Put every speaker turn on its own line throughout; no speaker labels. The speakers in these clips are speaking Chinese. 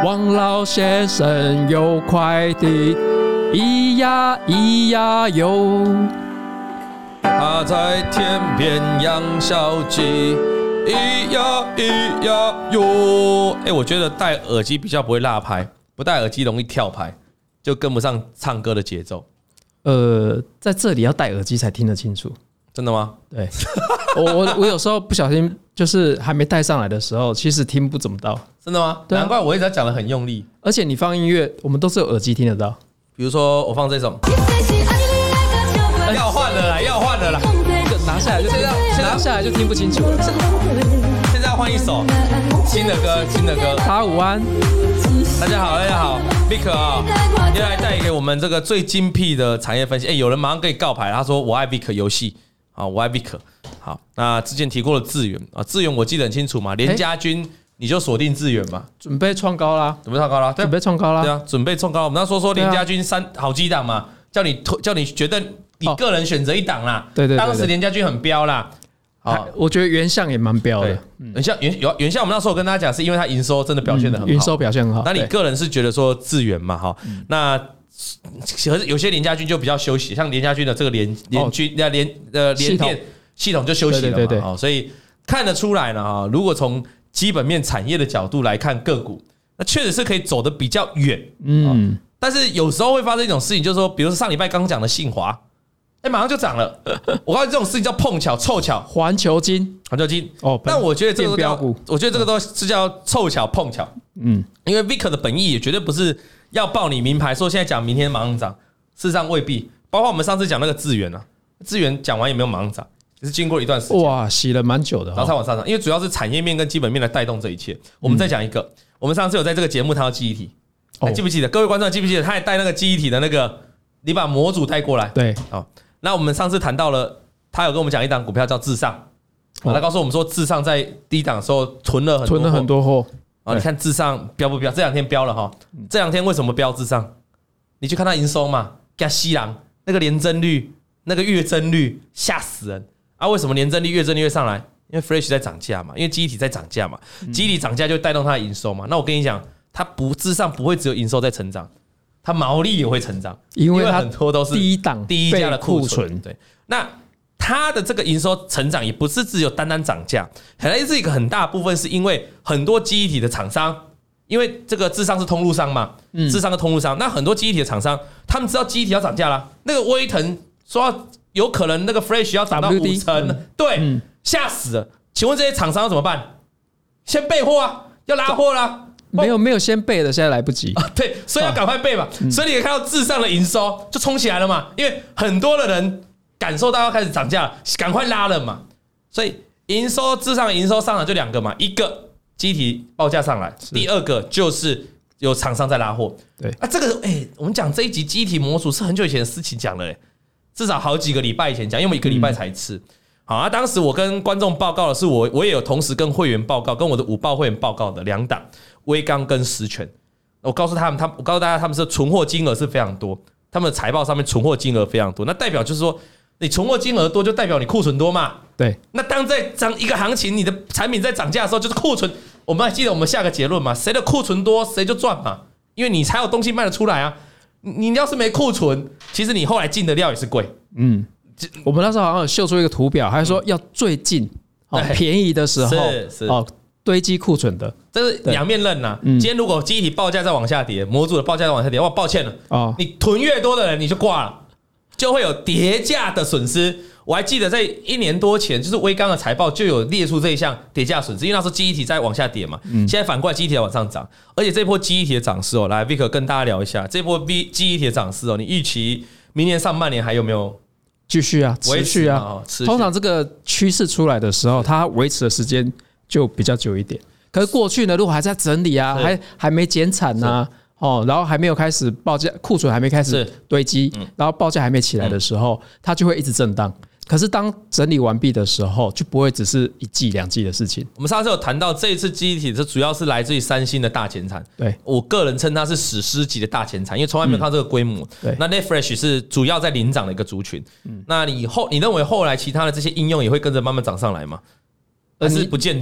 王老先生有快递，咿呀咿呀哟。
他在天边养小鸡，咿呀咿呀哟。我觉得戴耳机比较不会落拍，不戴耳机容易跳拍，就跟不上唱歌的节奏。
在这里要戴耳机才听得清楚。
真的吗？
对，我有时候不小心，就是还没带上来的时候，其实听不怎么到。
真的吗？对啊，难怪我一直讲得很用力。
而且你放音乐，我们都是有耳机听得到。
比如说我放这首，要换了啦，要换了啦，
拿下来就拿下来就听不清楚了。
现在要换一首新的歌，新的歌。
大家午安，
大家好，大家好 ，Vic 啊，又来带给我们这个最精辟的产业分析。有人马上可以告牌，他说我爱 Vic 游戏，好，我爱 Vic。好，那之前提过的智源啊，智源我记得很清楚嘛，连家军你就锁定智源嘛，
准备创高啦，
准备创高啦，
准备创高啦，
对啊，准备创高。我们要说连家军好几档嘛，叫你觉得你个人选择一档啦，
对，
当时连家军很飙啦。
我觉得原相也蛮标的，
原相我们那时候跟大家讲，是因为它营收真的表现得很好，
营收表现很好。
那你个人是觉得说智源嘛，哈，那可是有些连家军就比较休息，像连家军的这个连电系统就休息了嘛，对，所以看得出来了哈。如果从基本面产业的角度来看个股，那确实是可以走得比较远，但是有时候会发生一种事情，就是说，比如说上礼拜刚讲的信华。马上就涨了。我告诉你，这种事情叫碰巧、凑巧。
环球金
哦，但我觉得这个都是叫凑巧、碰巧。因为 Vic 的本意也绝对不是要报你名牌，说现在讲明天马上涨，事实上未必。包括我们上次讲那个智源啊，智源讲完也没有马上涨，也是经过一段时间。
哇，洗了蛮久的，
然后才往上涨。因为主要是产业面跟基本面来带动这一切。我们再讲一个，我们上次有在这个节目谈到记忆体，还记不记得？各位观众记不记得？他也带那个记忆体的那个，你把模组带过来。
对，
好。那我们上次谈到了，他有跟我们讲一档股票叫至上，他告诉我们说至上在低档的时候囤了很多货，你看至上飙不飙？这两天飙了哈，这两天为什么飙至上？你去看它营收嘛，加西郎那个年增率、那个月增率吓死人啊！为什么年增率、月增率会上来？因为 Fresh 在涨价嘛，因为记忆体在涨价嘛，记忆体涨价就带动它的营收嘛。那我跟你讲，它至上不会只有营收在成长。它毛利也会成长，
因为
很多都是
第一
家的库存。
对，
那它的这个营收成长也不是只有单涨价，还来自一个很大部分是因为很多记忆体的厂商，因为这个至上是通路商嘛，至上是通路商，那很多记忆体的厂商，他们知道记忆体要涨价啦。那个威腾说有可能那个 Flash 要涨到50%，对，吓死了。请问这些厂商要怎么办？先备货啊，要拉货啦。
没有先备的，现在来不及。
对，所以要赶快备嘛。所以你可以看到至上的营收就冲起来了嘛，因为很多的人感受到要开始涨价了，赶快拉了嘛。所以至上的营收上涨就两个嘛，一个机体报价上来，第二个就是有厂商在拉货。
对
啊，这个我们讲这一集机体模组是很久以前的事情讲了，至少好几个礼拜以前讲，因为我们一个礼拜才一次。好啊，当时我跟观众报告的是我也有同时跟会员报告，跟我的午报会员报告的两档。威刚跟实权，我告诉大家，他们是存货金额是非常多，他们的财报上面存货金额非常多，那代表就是说，你存货金额多，就代表你库存多嘛。
对。
那当在涨一个行情，你的产品在涨价的时候，就是库存。我们还记得我们下个结论嘛？谁的库存多，谁就赚嘛，因为你才有东西卖得出来啊。你要是没库存，其实你后来进的料也是贵。
我们那时候好像有秀出一个图表，还说要最近便宜的时候
是
堆积库存的，
这是两面刃呐。今天如果记忆体报价再往下跌，模组的报价再往下跌，哇，抱歉了，你囤越多的人你就挂了，就会有跌价的损失。我还记得在1年多前，就是威刚的财报就有列出这一项跌价损失，因为那时候记忆体在往下跌嘛，现在反过来记忆体在往上涨，而且这波记忆体的涨势来 Vic 跟大家聊一下，这波记忆体的涨势你预期明年上半年还有没有？
继续啊，持续啊。通常这个趋势出来的时候，它维持的时间就比较久一点。可是过去呢，如果还在整理啊，还没减产呐，然后还没有开始报价，库存还没开始堆积，然后报价还没起来的时候，它就会一直震荡。可是当整理完毕的时候，就不会只是1季2季的事情。我
们上次有谈到这一次记忆体，这主要是来自于三星的大减产。
对，
我个人称它是史诗级的大减产，因为从来没有看到这个规模。那 Netfresh 是主要在领涨的一个族群。那你认为后来其他的这些应用也会跟着慢慢涨上来吗？还是不见得？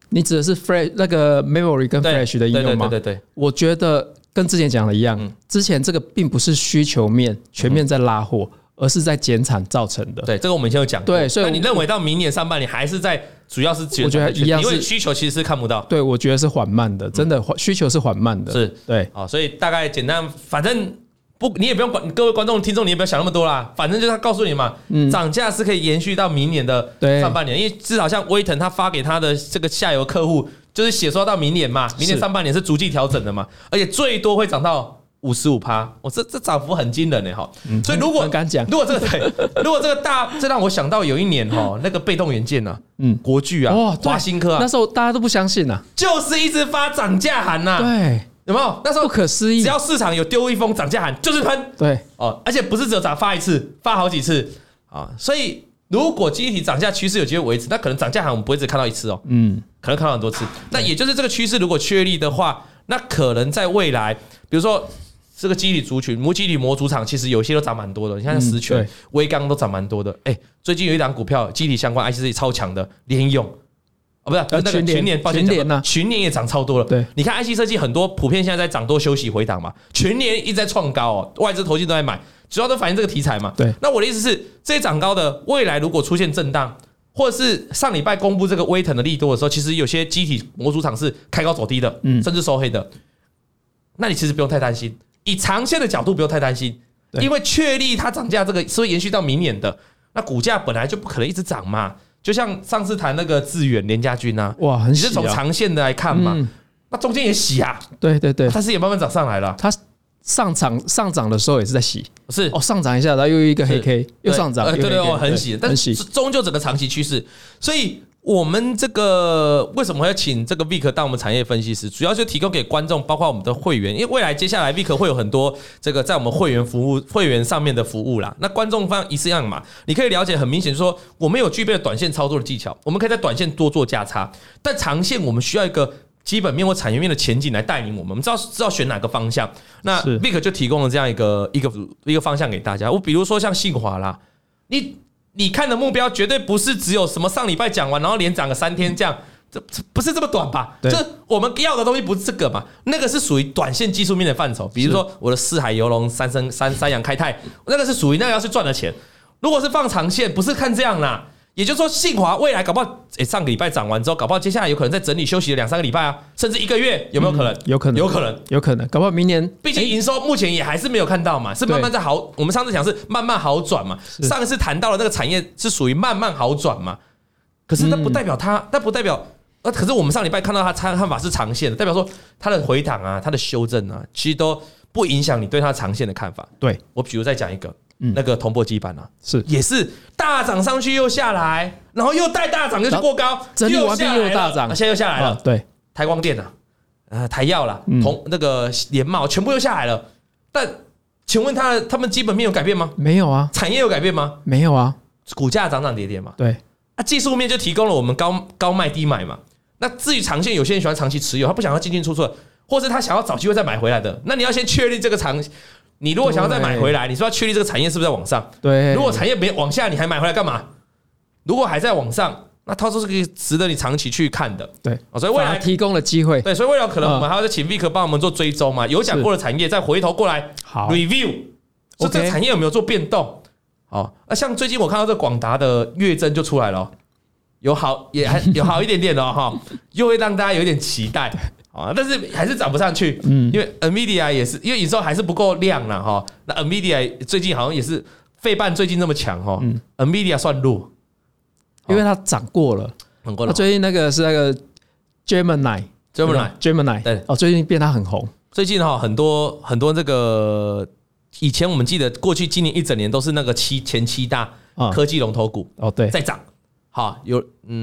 你指的是 Flash 那个 Memory 跟 Flash 的应用吗？
对，
我觉得跟之前讲的一样，之前这个并不是需求面全面在拉货，而是在减产造成的。
对，这个我们以前有讲过。
对，所以
那你认为到明年上半年还是在主要是
我觉得一样，
因为需求其实是看不到。
对，我觉得是缓慢的，真的需求是缓慢的。
是，
对，
所以大概简单，反正。不，你也不用管，各位观众、听众，你也不要想那么多啦。反正就是他告诉你嘛，涨价是可以延续到明年的上半年，因为至少像威腾他发给他的这个下游客户，就是写说到明年嘛，明年上半年是逐季调整的嘛，而且最多会涨到55%，这涨幅很惊人呢哈。所以如果这个大，这让我想到有一年哈，那个被动元件啊，国巨啊，华新科啊，
那时候大家都不相信啊，
就是一直发涨价函呐，
对。
有没有？那时候
不可思议，
只要市场有丢一封涨价函，就是喷。
对
而且不是只有发一次，发好几次所以如果记忆体涨价趋势有机会维持，那可能涨价函我们不会只看到一次可能看到很多次。那也就是这个趋势如果确立的话，那可能在未来，比如说这个记忆体族群、记忆体模组厂，其实有些都涨蛮多的。你看十铨、威刚都涨蛮多的。最近有一档股票，记忆体相关 IC 超强的联咏。不是那个群联，抱歉，群联也涨超多了。
对，
你看 IC 设计很多普遍现在在涨多休息回档嘛，群联一直在创高外资投信都在买，主要都反映这个题材嘛。
对，
那我的意思是，这些涨高的未来如果出现震荡，或者是上礼拜公布这个威腾的利多的时候，其实有些机体模组厂是开高走低的，甚至收黑的。那你其实不用太担心，以长线的角度不用太担心，因为确立它涨价这个是会延续到明年的，那股价本来就不可能一直涨嘛。就像上次谈那个智远联家军啊，
哇，很洗啊，
你是从长线的来看嘛，那中间也洗啊，
对，
但是也慢慢涨上来了。
它上涨的时候也是在洗，
是
上涨一下，然后又一个黑 K 又上涨，
对，很洗，但是终究整个长期趋势，所以。我们这个为什么要请这个 Vic 当我们产业分析师？主要就提供给观众，包括我们的会员，因为未来接下来 Vic 会有很多这个在我们会员上面的服务啦。那观众方一样嘛，你可以了解很明显说，我们有具备了短线操作的技巧，我们可以在短线多做价差，但长线我们需要一个基本面或产业面的前景来带领我们，知道选哪个方向。那 Vic 就提供了这样一个方向给大家。我比如说像信华啦，你看的目标绝对不是只有什么上礼拜讲完，然后连涨个3天这样，这不是这么短吧？这我们要的东西不是这个嘛？那个是属于短线技术面的范畴，比如说我的四海游龙、三阳开泰，那个是属于那个要去赚的钱。如果是放长线，不是看这样啦。也就是说，信华未来搞不好，上个礼拜涨完之后，搞不好接下来有可能在整理休息了2-3个礼拜啊，甚至1个月，有没有可能？
有可能，搞不好明年，
毕竟营收目前也还是没有看到嘛，是慢慢在好。我们上次讲是慢慢好转嘛，上一次谈到了那个产业是属于慢慢好转嘛，可是那不代表可是我们上礼拜看到他看法是长线的，代表说它的回档啊，它的修正啊，其实都不影响你对它长线的看法。
对，
我比如再讲一个。那个铜箔基板啊，也是大涨上去又下来，然后又带大涨又去过高，
整理完毕又大涨，
现在又下来了。
对，
台光电啊，台药啦，那个联茂全部又下来了。但请问他们基本面有改变吗？
没有啊。
产业有改变吗？
没有啊。
股价涨涨跌跌嘛。
对
技术面就提供了我们高卖低买嘛。那至于长线，有些人喜欢长期持有，他不想要进进出出，或是他想要找机会再买回来的，那你要先确立这个你如果想要再买回来，你说要确立这个产业是不是在往上？
对。
如果产业没往下，你还买回来干嘛？如果还在往上，那它都是可以值得你长期去看的。
对，
所以未来
提供了机会。
对，所以未来可能我们还要再请 Vic 帮我们做追踪嘛，有讲过的产业再回头过来 review， 说这个产业有没有做变动？像最近我看到这广达的月增就出来了，有好一点点的哈，又会让大家有点期待。但是还是涨不上去，因为 NVIDIA 也是，因为有时候还是不够量啦哈。那 NVIDIA 最近好像也是费半最近那么强哈，NVIDIA 算弱，
因为它涨过了。它最近那个是那个 Gemini， 对最近变它很红。
最近很多这个以前我们记得过去今年一整年都是那个前7大科技龙头股
对
在涨，有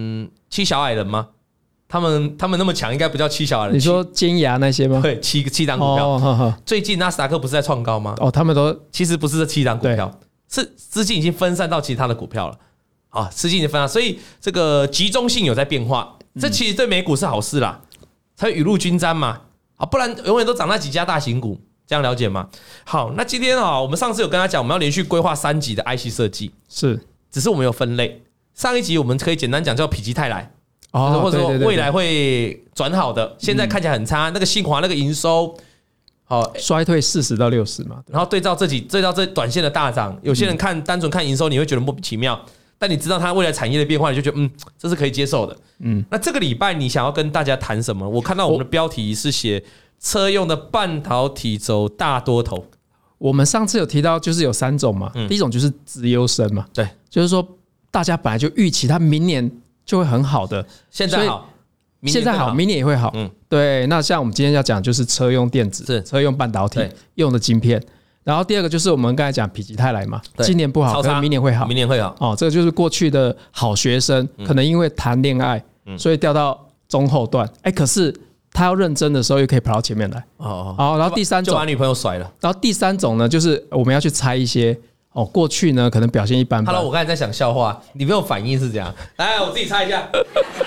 7小矮人吗？他们那么强，应该不叫7小矮人。
你说尖牙那些吗？
对，7档股票。最近纳斯达克不是在创高吗？
他们都
其实不是这7档股票，是资金已经分散到其他的股票了。资金已经分散，所以这个集中性有在变化。这其实对美股是好事啦，才雨露均沾嘛。不然永远都涨那几家大型股，这样了解吗？好，那今天我们上次有跟他讲，我们要连续规划3集的 IC 设计，
只是我
们有分类。上一集我们可以简单讲叫否极泰来。 或者说未来会转好的，现在看起来很差，那个信华那个营收
衰退40到60嘛，
然后对照这短线的大涨，有些人单纯看营收，你会觉得莫名其妙，但你知道它未来产业的变化，你就觉得这是可以接受的。那这个礼拜你想要跟大家谈什么？我看到我们的标题是写车用的半导体走大多头。
我们上次有提到，就是有3种嘛，第一种就是资优生嘛，
对，
就是说大家本来就预期它明年就会很好的，
现在好，
明年也会好。对。那像我们今天要讲就是车用电子、车用半导体用的晶片。然后第二个就是我们刚才讲否极泰来嘛，今年不好，可能明年会好。
明年会好。
这个就是过去的好学生，可能因为谈恋爱，所以掉到中后段。可是他要认真的时候，又可以跑到前面来。然后第三种
就把女朋友甩了。
然后第3种呢，就是我们要去猜一些过去呢可能表现一般般。
Hello， 我刚才在想笑话，你没有反应是这样。来，我自己猜一下。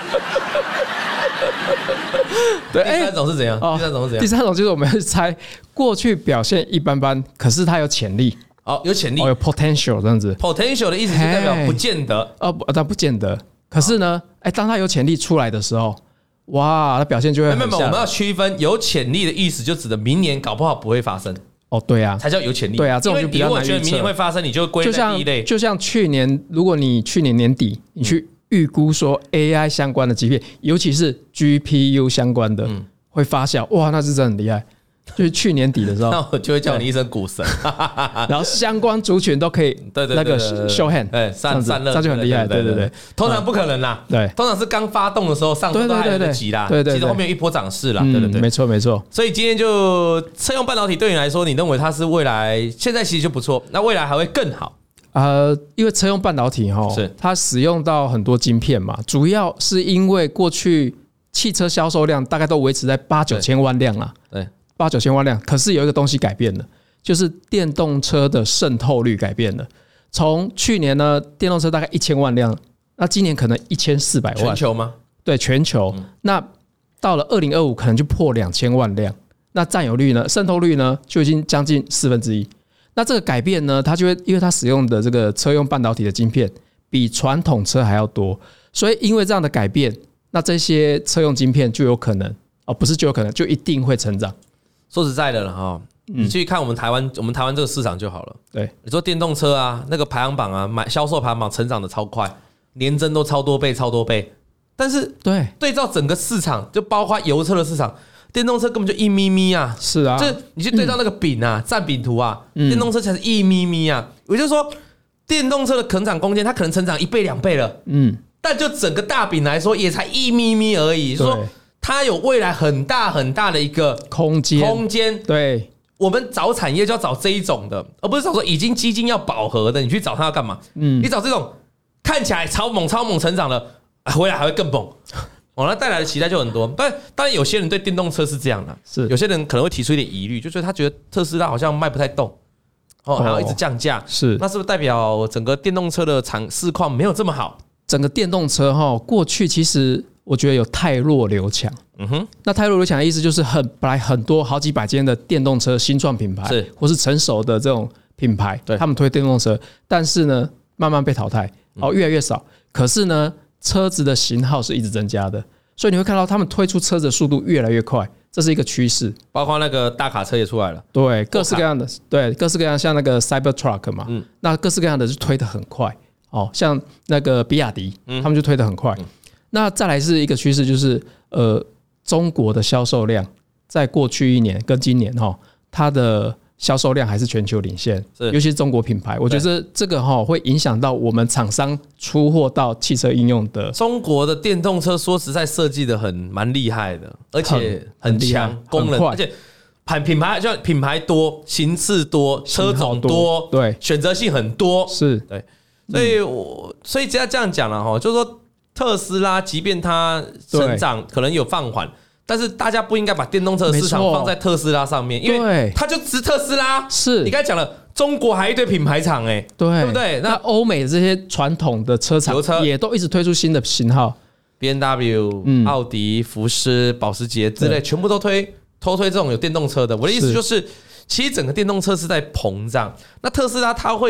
对，第3种是怎样？
第三种就是我们要去猜过去表现一般般，可是它有潜力。
有潜力，
有 potential 这样子。
potential 的意思是代表不见得。
但不见得。可是呢，当它有潜力出来的时候。哇，那表现就会很像。
没有，我们要区分有潜力的意思，就指的明年搞不好不会发生。
对啊，
才叫有潜力。
对啊，这种就比较难预测。
因为你如果觉得明年会发生，你就归在第一类。
就像去年，如果你去年年底你去预估说 AI 相关的晶片，尤其是 GPU 相关的会发酵，哇，那是真的很厉害。就是去年底的时候，
那我就会叫你一声股神，
然后相关族群都可以那个 show hand，
散热，
这就很厉害。对，
通常不可能啦，
对，
通常是刚发动的时候上周都还来得及啦，
对，
其实后面有一波涨势啦，对，
没错。
所以今天就车用半导体对你来说，你认为它是未来现在其实就不错，那未来还会更好？
因为车用半导体它使用到很多晶片嘛，主要是因为过去汽车销售量大概都维持在8-9千万辆啦，对。8-9千万辆，可是有一个东西改变了，就是电动车的渗透率改变了。从去年呢，电动车大概1000万辆，那今年可能1400万。
全球吗？
对，全球。那到了2025，可能就破2000万辆。那占有率呢，渗透率呢，就已经将近1/4。那这个改变呢，它就会因为它使用的这个车用半导体的晶片比传统车还要多，所以因为这样的改变，那这些车用晶片就有可能不是就有可能，就一定会成长。
说实在的了你去看我们台湾这个市场就好了。对，你说电动车啊，那个排行榜啊，销售排行榜成长的超快，年增都超多倍。但是对照整个市场，就包括油车的市场，电动车根本就一咪咪啊。是啊，就是你去对照那个饼啊，占饼图啊，电动车才是一咪咪啊。也就是说，电动车的成长空间，它可能成长1倍2倍了。但就整个大饼来说，也才一咪咪而已。说它有未来很大的一个空间。对，我们找产业就要找这一种的，而不是找说已经基金要饱和的，你去找它要干嘛？你找这种看起来超猛成长的，回来还会更猛。那带来的期待就很多。但当然有些人对电动车是这样的，是有些人可能会提出一点疑虑，就是他觉得特斯拉好像卖不太动，还要一直降价，那是不是代表整个电动车的市况没有这么好？
整个电动车过去其实我觉得有汰弱留强。那汰弱留强的意思就是本来很多好几百间的电动车新创品牌，或是成熟的这种品牌，他们推电动车，但是呢慢慢被淘汰，越来越少。可是呢车子的型号是一直增加的，所以你会看到他们推出车子的速度越来越快，这是一个趋势。
包括那个大卡车也出来了，
对，各式各样的，对，各式各样，像那个 Cybertruck 嘛，那各式各样的就推得很快。像那个比亚迪，他们就推得很快。那再来是一个趋势，就是中国的销售量在过去1年跟今年它的销售量还是全球领先，尤其是中国品牌。我觉得这个会影响到我们厂商出货到汽车应用的。
中国的电动车说实在设计的蛮厉害的，而且很强，功能，而且品牌多，形式多，车种多，对，选择性很多，是对。所以只要这样讲了就是说特斯拉即便它成长可能有放缓，但是大家不应该把电动车的市场放在特斯拉上面，因为它就只特斯拉。是你刚才讲了，中国还一堆品牌厂对不对？
那欧美这些传统的车厂也都一直推出新的型号
，BMW、奥迪、福斯、保时捷之类，全部都推这种有电动车的。我的意思就是，其实整个电动车是在膨胀。那特斯拉它会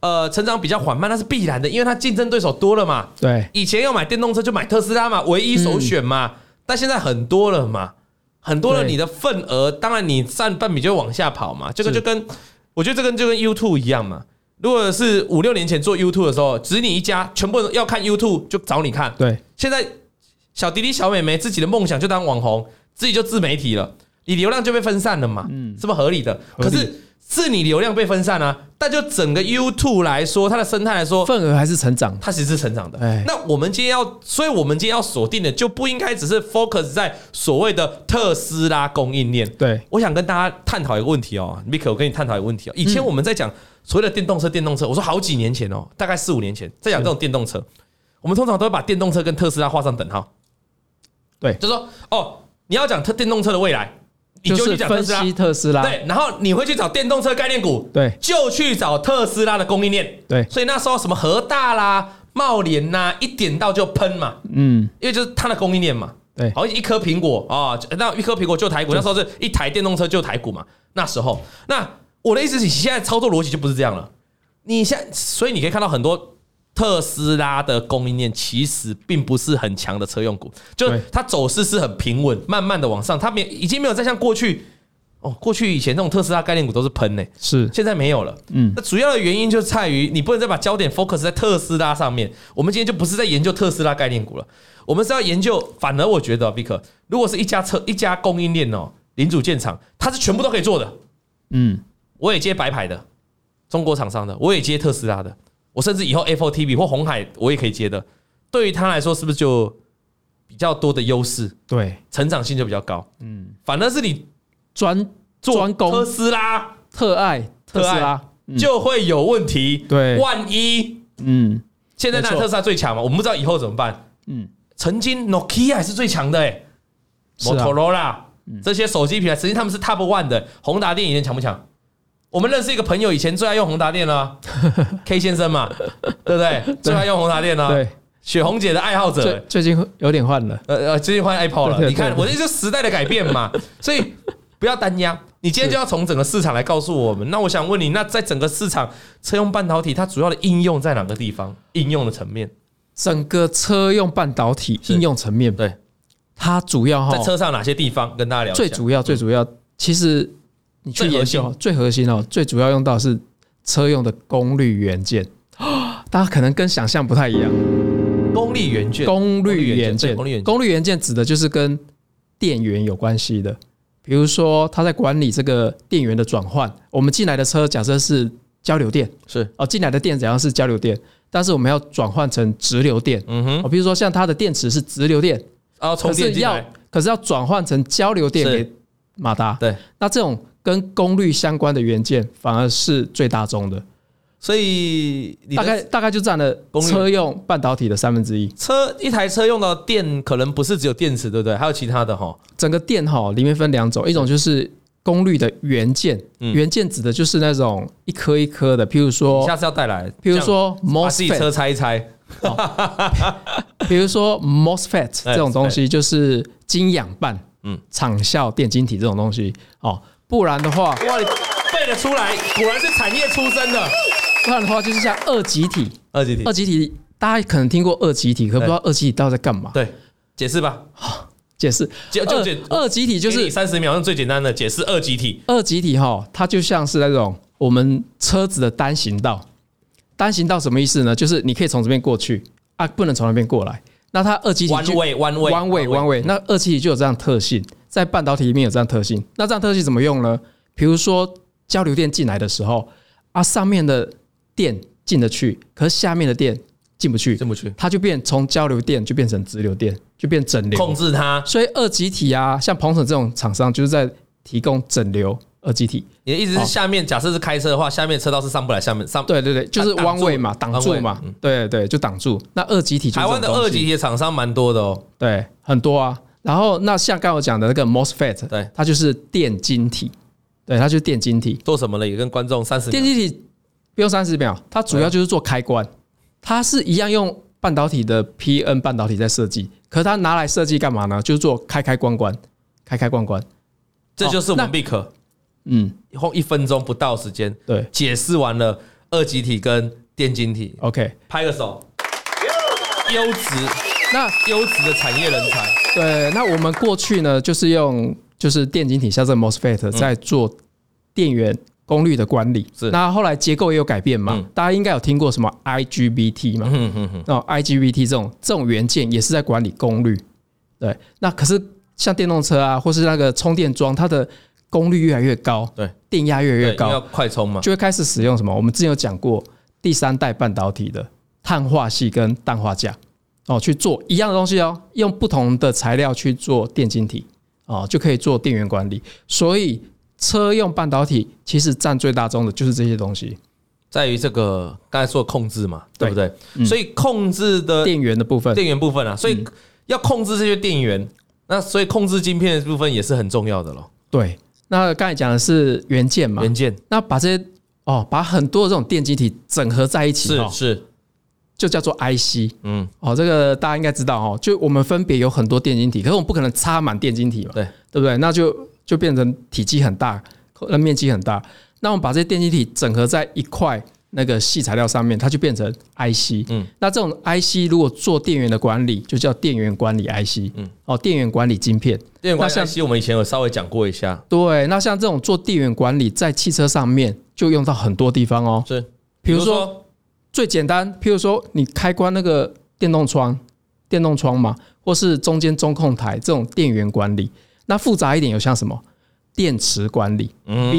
成长比较缓慢，那是必然的，因为它竞争对手多了嘛。
对，
以前要买电动车就买特斯拉嘛，唯一首选嘛。但现在很多了嘛，很多了，你的份额当然你占半比就会往下跑嘛。这个就跟我觉得就跟 YouTube 一样嘛。如果是5、6年前做 YouTube 的时候，只你一家，全部人要看 YouTube 就找你看。
对，
现在小弟弟小妹妹自己的梦想就当网红，自己就自媒体了，你流量就被分散了嘛，是不是合理的？可是你流量被分散啊，但就整个 YouTube 来说，它的生态来说，
份额还是成长，
它其实是成长的。那我们今天要锁定的就不应该只是 focus 在所谓的特斯拉供应链。
对，
我想跟大家探讨一个问题哦 ，Mick， 我跟你探讨一个问题哦。以前我们在讲所谓的电动车，我说好几年前哦，大概4、5年前在讲这种电动车，我们通常都会把电动车跟特斯拉画上等号。
对，
就说哦，你要讲电动车的未来。你就去讲
分析特斯拉，
对，然后你会去找电动车概念股，
对，
就去找特斯拉的供应链，
对，
所以那时候什么和大啦、茂联呐，一点到就喷嘛，因为就是它的供应链嘛，
对，
好像一颗苹果啊，那一颗苹果就台股，那时候是一台电动车就台股嘛，那时候，那我的意思是，现在操作逻辑就不是这样了，所以你可以看到很多。特斯拉的供应链其实并不是很强的车用股，就它走势是很平稳，慢慢的往上，它已经没有再像过去过去以前那种特斯拉概念股都是喷
是
现在没有了。那主要的原因就在于你不能再把焦点 focus 在特斯拉上面。我们今天就不是在研究特斯拉概念股了，我们是要研究。反而我觉得 Vic， 如果是一家供应链零组件厂，它是全部都可以做的。我也接白牌的中国厂商的，我也接特斯拉的。我甚至以后 FOTV 或鸿海我也可以接的，对于他来说是不是就比较多的优势？
对，
成长性就比较高。反而是你专攻特斯拉、
特爱特斯拉
就会有问题。
对，
万一现在那特斯拉最强嘛，我们不知道以后怎么办。曾经 Nokia 还是最强的Motorola 这些手机品牌，曾经他们是 Top 1的。宏达电以前强不强？我们认识一个朋友，以前最爱用宏达电了，K 先生嘛，对不对？最爱用宏达电了，
对，
雪红姐的爱好者，
最近有点换了，
最近换 Apple 了。你看，我这就时代的改变嘛，所以不要单压。你今天就要从整个市场来告诉我们。那我想问你，那在整个市场车用半导体，它主要的应用在哪个地方？应用的层面，
整个车用半导体应用层面，
对，
它主要
在车上哪些地方跟大家聊一下？
最主要，其实。你去研究最核心最主要用到的是车用的功率元件，大家可能跟想象不太一样。
功率元件，
功率元件指的就是跟电源有关系的，比如说它在管理这个电源的转换。我们进来的车假设是交流电，进来的电假设是交流电，但是我们要转换成直流电。比如说像它的电池是直流电，
充电进来，
可是要转换成交流电给马达。
对，那
这种跟功率相关的元件反而是最大宗的，
所以
大概就占了车用半导体的1/3。
一台车用的电可能不是只有电池，对不对？还有其他的
整个电里面分2种，一种就是功率的元件，元件指的就是那种一颗一颗的，譬如说
下次要带来，
譬如说 MOSFET，
把自己车拆一拆。
比如说 MOSFET 这种东西就是晶氧瓣，场效电晶体这种东西不然的话，
哇，你背得出来，果然是产业出身的。
不然的话，就是像二极体，大家可能听过二极体，可不知道二极体到底在干嘛？
对，解释吧。
解释，二极体就是
30秒用最简单的解释二极体。
二极体它就像是那种我们车子的单行道。单行道什么意思呢？就是你可以从这边过去不能从那边过来。那它二极体
one way，
那二极体就有这样特性。在半导体里面有这样特性，那这样特性怎么用呢？比如说交流电进来的时候上面的电进得去，可是下面的电进不去，它就从交流电就变成直流电，就变整流，
控制它。
所以二极体像鹏程这种厂商就是在提供整流二极体。
你的意思是下面假设是开车的话，下面车道是上不来，
对，就是 one way 嘛，挡住嘛，对，就挡住。那二极体就是
台湾的二极体的厂商蛮多的
对，很多啊。然后，那像刚才我讲的那个 MOSFET，
对，
它就是电晶体，对，它就是电晶体。
做什么了？也跟观众30秒。
电晶体不用30秒，它主要就是做开关。它是一样用半导体的 PN 半导体在设计，可是它拿来设计干嘛呢？就是做开关关。
这就是我们Vic用1分钟不到时间，
对，
解释完了二极体跟电晶体。
OK，
拍个手，优质，那优质的产业人才。
对，那我们过去呢，就是用电晶体像这个 MOSFET 在做电源功率的管理。那后来结构也有改变嘛，大家应该有听过什么 IGBT 嘛？那 IGBT 这种元件也是在管理功率。对，那可是像电动车啊，或是那个充电桩，它的功率越来越高，
对，
电压越来越高，
要快充嘛，
就会开始使用什么？我们之前有讲过第三代半导体的碳化系跟氮化镓去做一样的东西用不同的材料去做电晶体就可以做电源管理。所以车用半导体其实占最大宗的就是这些东西，
在于这个刚才说的控制嘛，对不对？所以控制的
电源的部分，
啊，所以要控制这些电源，那所以控制晶片的部分也是很重要的咯。对，
那刚才讲的是元件嘛，那把这些把很多的这种电晶体整合在一起，
是
就叫做 IC。这个大家应该知道就我们分别有很多电晶体，可是我们不可能插满电晶体嘛，对不对？那就变成体积很大，面积很大。那我们把这些电晶体整合在一块那个细材料上面，它就变成 IC。那这种 IC 如果做电源的管理，就叫电源管理 IC。电源管理晶片。
电源管理 IC 我们以前有稍微讲过一下。
对，那像这种做电源管理，在汽车上面就用到很多地方是，比如说最简单，譬如说你开关那个电动窗嘛，或是中间中控台这种电源管理。那复杂一点有像什么电池管理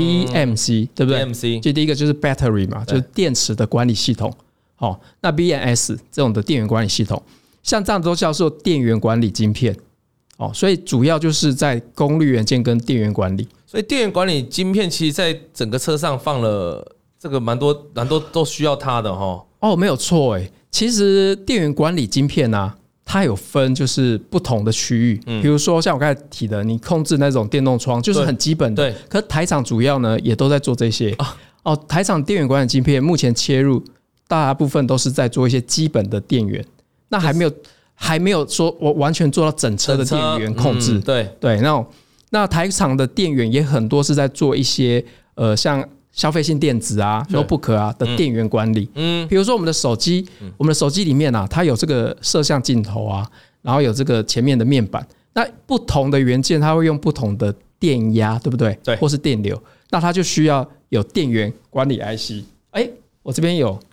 ，BMC 对不对？BMC 就第一个就是 battery 嘛，就是电池的管理系统。那 BMS 这种的电源管理系统，像这样都叫做电源管理晶片。所以主要就是在功率元件跟电源管理。
所以电源管理晶片其实在整个车上放了这个蛮多都需要它的
没有错其实电源管理晶片啊，它有分就是不同的区域，比如说像我刚才提的，你控制那种电动窗就是很基本的。对，可是台厂主要呢也都在做这些。台厂电源管理晶片目前切入大部分都是在做一些基本的电源，那还没有说我完全做到整车的电源控制。对，那台厂的电源也很多是在做一些像消费性电子啊、notebook 啊的电源管理。比如说我们的手机里面啊，它有这个摄像镜头啊，然后有这个前面的面板。那不同的元件，它会用不同的电压，对不对？对，或是电流，那它就需要有电源管理 IC。我这边有。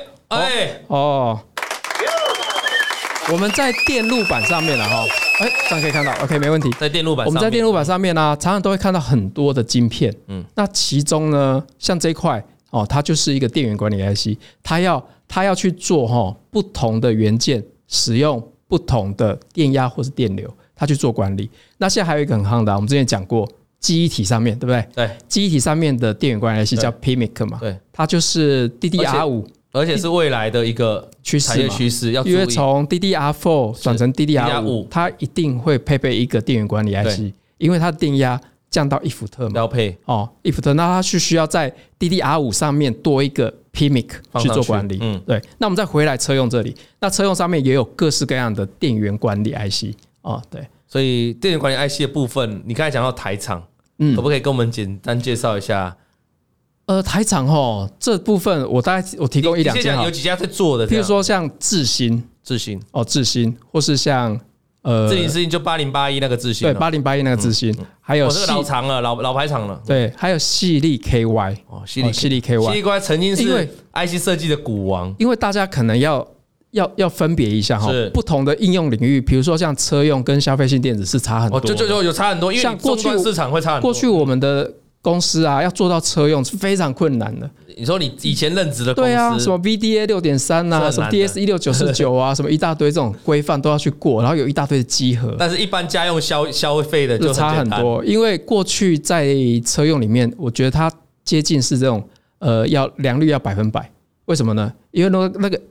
我们在电路板上面了这样可以看到 ，OK， 没问题。在电路板上面，我们在电路板上面呢，常常都会看到很多的晶片。那其中呢，像这一块它就是一个电源管理 IC， 它要去做不同的元件，使用不同的电压或是电流，它去做管理。那现在还有一个很夯的，我们之前讲过，记忆体上面，对不对？对，记忆体上面的电源管理 IC 叫 PMIC 嘛，对，它就是 DDR5。而且是未来的一个产业趋势，因为从 DDR4 转成 DDR5， 它一定会配备一个电源管理 IC， 因为它的电压降到1伏特嘛，要配1伏特，那它是需要在 DDR5 上面多一个 PMIC 去做管理。对，那我们再回来车用这里，那车用上面也有各式各样的电源管理 IC。对，所以电源管理 IC 的部分，你刚才讲到台厂，可不可以跟我们简单介绍一下？台厂这部分我提供一两家，有几家在做的，譬如说像智新，或是像智新就8081那个智新，对，8081那个智新，还有这个老厂了，老牌厂了，对，还有矽力 KY， 矽力 KY 曾经是 IC 设计的股王，因为大家可能要分别一下不同的应用领域，比如说像车用跟消费性电子是差很多，就有差很多，因为像过去市场会差很多，过去我们的公司啊，要做到车用是非常困难的。你说你以前任职的公司，对啊，什么 VDA 6.3啊，什么 DS1699啊，什么一大堆这种规范都要去过，然后有一大堆的稽核。但是，一般家用消费的就差很多，因为过去在车用里面，我觉得它接近是这种要良率要100%，为什么呢？因为那个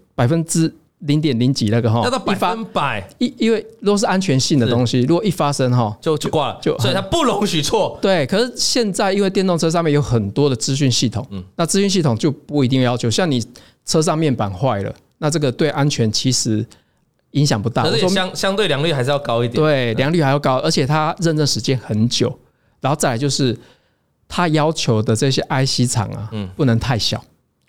0.0几那个要到100%，因为如果是安全性的东西，如果一发生就挂了，所以它不容许错。对，可是现在因为电动车上面有很多的资讯系统，那资讯系统就不一定要求，像你车上面板坏了，那这个对安全其实影响不大，可是相对良率还是要高一点。对，良率还要高，而且它认证时间很久，然后再来就是它要求的这些 IC 厂啊，不能太小。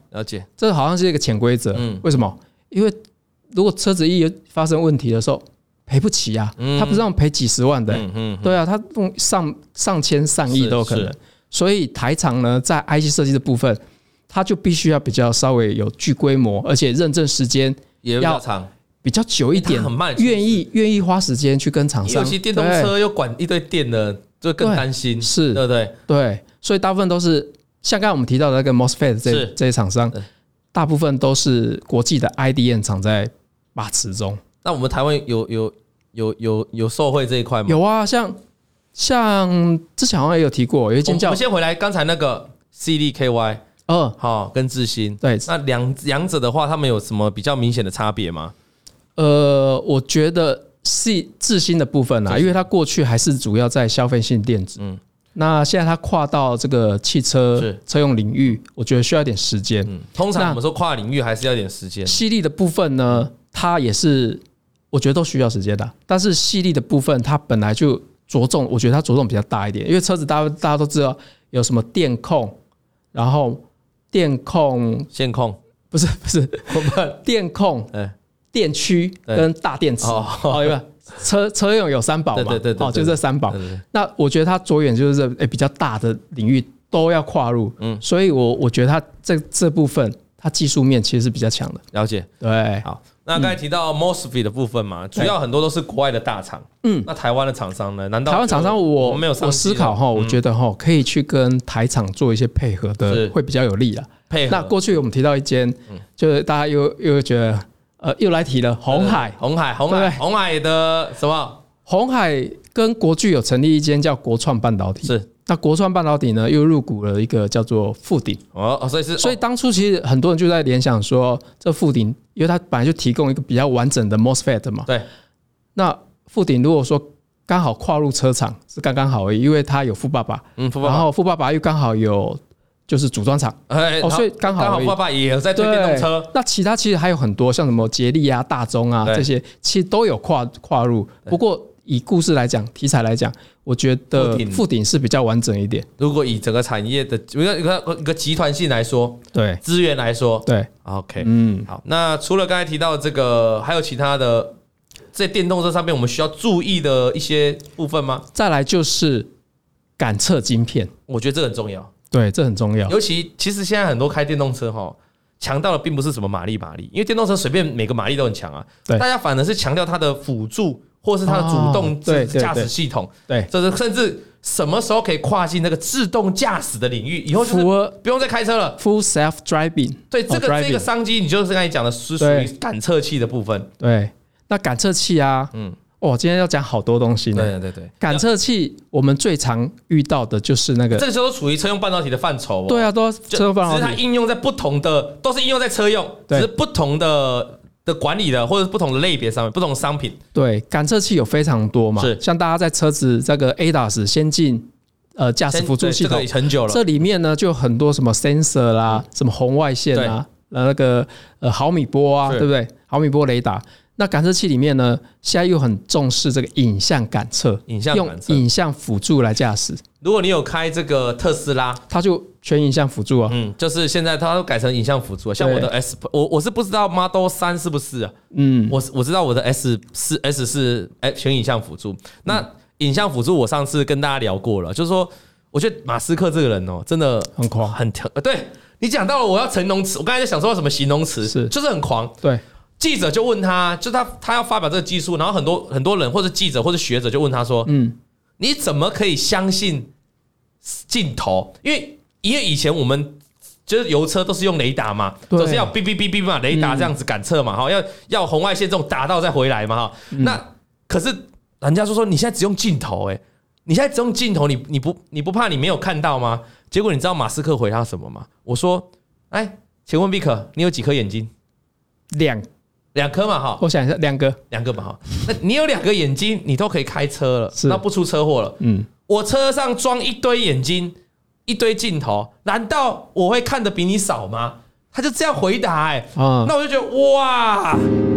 了解，
这好像是一个潜规则。为什么？因为如果车子一发生问题的时候，赔不起啊，他不是让赔几十万的，对啊，他上千上亿都有可能。所以台厂呢，在 IC 设计的部分，它就必须要比较稍微有具规模，而且认证时间
也比较长。
比较久一点，愿意花时间去跟厂商，
尤其电动车又管一堆电的，就更担心，
是，
对不对？
对，所以大部分都是像刚才我们提到的那个 MOSFET 这些厂商，大部分都是国际的 IDM 厂在把持中。
那我们台湾有受惠这一块吗？
有啊，像之前好像也有提过，有一间叫
我们先回来刚才那个 CDKY， 好，跟智新，
对，
那两者的话，他们有什么比较明显的差别吗？
我觉得是智新的部分因为它过去还是主要在消费性电子，那现在它跨到这个汽车车用领域，我觉得需要一点时间。
通常我们说跨领域还是要一点时间。
矽力的部分呢，它也是我觉得都需要时间的，但是矽力的部分它本来就着重，我觉得它着重比较大一点，因为车子大家都知道有什么电控，然后电控、
线控，
不是电控。电驱跟大电池，有没有？车用有三宝嘛，对，就这三宝。那我觉得它着眼就是比较大的领域都要跨入，所以我觉得它这部分它技术面其实是比较强的。
了解，
对。
好，那刚才提到 MOSFET 的部分嘛，主要很多都是国外的大厂，那台湾的厂商呢？难道
台湾厂商我思考我觉得可以去跟台厂做一些配合的，会比较有利啦。配合。那过去我们提到一间，就是大家又觉得。又来提了鸿海的什么？鸿海跟国巨有成立一间叫国创半导体，是。那国创半导体呢，又入股了一个叫做富鼎，所以当初其实很多人就在联想说，这富鼎，因为它本来就提供一个比较完整的 MOSFET 嘛，对。那富鼎如果说刚好跨入车厂是刚刚好而已，因为它有富爸爸，然后富爸爸又刚好有。就是组装厂，所以刚好
爸爸也有在推电动车。
那其他其实还有很多，像什么捷力啊、大中啊这些，其实都有跨入。不过以故事来讲、题材来讲，我觉得富鼎是比较完整一点。
如果以整个产业的一个集团性来说，对资源来说，对 ，OK， 好。那除了刚才提到这个，还有其他的在电动车上面我们需要注意的一些部分吗？
再来就是感测晶片，
我觉得这很重要。
对，这很重要。
尤其其实现在很多开电动车强调的并不是什么马力，因为电动车随便每个马力都很强啊。大家反而是强调它的辅助或是它的主动驾驶系统。对，这是甚至什么时候可以跨进那个自动驾驶的领域？以后就是不用再开车了
，Full Self Driving。
对，这个商机，你就是刚才讲的是属于感测器的部分。
对，那感测器啊，今天要讲好多东西呢。对，感测器我们最常遇到的就是那个，
这个都属于车用半导体的范畴。
对啊，都车用半导体，
只是它应用在不同的，都是应用在车用，只是不同的管理的，或者是不同的类别上面，不同的商品。
对，感测器有非常多嘛，像大家在车子这个 ADAS 先进驾驶辅助系统
很久了，
这里面呢就有很多什么 sensor 啦，什么红外线啊，那个毫米波啊，对不对？毫米波雷达。那感测器里面呢，现在又很重视这个影像感测，用影像辅助来驾驶。
如果你有开这个特斯拉，
它就全影像辅助啊。
就是现在它都改成影像辅助啊。像我的 S， 我是不知道 Model 3是不是啊？我知道我的 S 是全影像辅助。那影像辅助我上次跟大家聊过了，就是说，我觉得马斯克这个人真的
很狂，
对你讲到了，我要形容词，我刚才在想说什么形容词，就是很狂，对。记者就问他，就他要发表这个技术，然后很多人或者记者或者学者就问他说：“你怎么可以相信镜头？因为以前我们就是油车都是用雷达嘛，都是要哔哔哔哔嘛，雷达这样子感测嘛，要红外线这种打到再回来嘛，那可是人家说你现在只用镜头，你现在只用镜头，你不怕你没有看到吗？结果你知道马斯克回他什么吗？我说：请问 Vic， 你有几颗眼睛？两颗嘛，
我想一下，两个
嘛，哈。那你有2个眼睛，你都可以开车了，那不出车祸了。我车上装一堆眼睛，一堆镜头，难道我会看得比你少吗？他就这样回答，那我就觉得哇，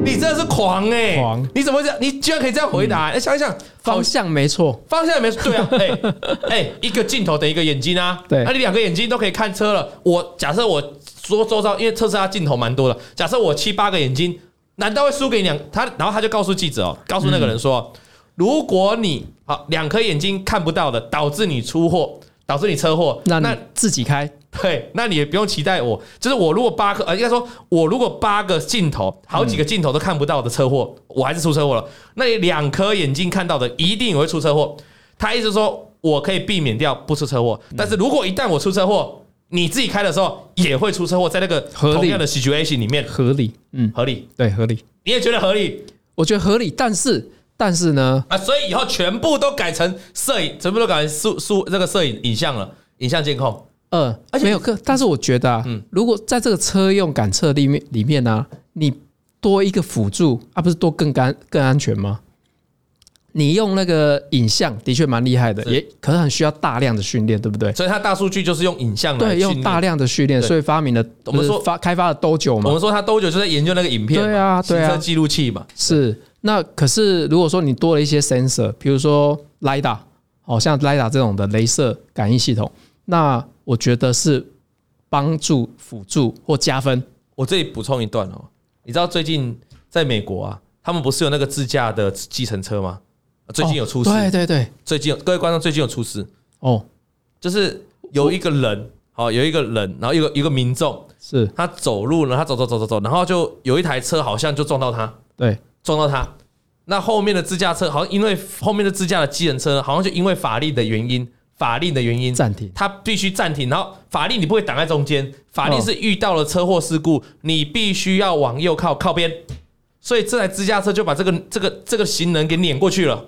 你真的是狂哎！狂！你怎么会这样？你居然可以这样回答？想一想，
方向没错，
方向也没错，对啊，一个镜头等于一个眼睛啊，
对，
那你2个眼睛都可以看车了。假设我说周遭，因为特斯拉镜头蛮多的，假设我7、8个眼睛，难道会输给他？然后他就告诉记者告诉那个人说，如果你2颗眼睛看不到的，导致你出祸，导致你车祸，
那你自己开。
对，那你也不用期待我，就是我如果应该说，我如果8个镜头，好几个镜头都看不到的车祸，我还是出车祸了。那你2颗眼睛看到的，一定也会出车祸。他意思说，我可以避免掉不出车祸，但是如果一旦我出车祸，你自己开的时候也会出车祸，在那个同样的 situation 里面，
合理，
合理，
对，合理。
你也觉得合理？
我觉得合理，但是呢，
所以以后全部都改成摄影，全部都改成这个摄影影像了，影像监控。
而且没有，但是我觉得如果在这个车用感测里面呢，你多一个辅助不是多更安全吗？你用那个影像的确蛮厉害的，也可是很需要大量的训练，对不对？
所以它大数据就是用影像来训练，
对，用大量的训练，所以发明了我们说开发了Dojo嘛。
我们说它Dojo就在研究那个影片，
对啊，
行车记录器嘛。
是，那可是如果说你多了一些 sensor， 比如说 LiDAR， 像 LiDAR 这种的雷射感应系统，那我觉得是帮助、辅助或加分。
我这里补充一段你知道最近在美国啊，他们不是有那个自驾的计程车吗？最近有出事，
对，
最近各位观众最近有出事就是有一个人，然后有一个民众
是
他走路呢，他走，然后就有一台车好像就撞到他，
对，
撞到他。那后面的自驾车好像因为后面的自驾的计程车好像就因为法令的原因
暂停，
它必须暂停。然后法令你不会挡在中间，法令是遇到了车祸事故，你必须要往右靠边。所以这台自驾车就把这个行人给碾过去了。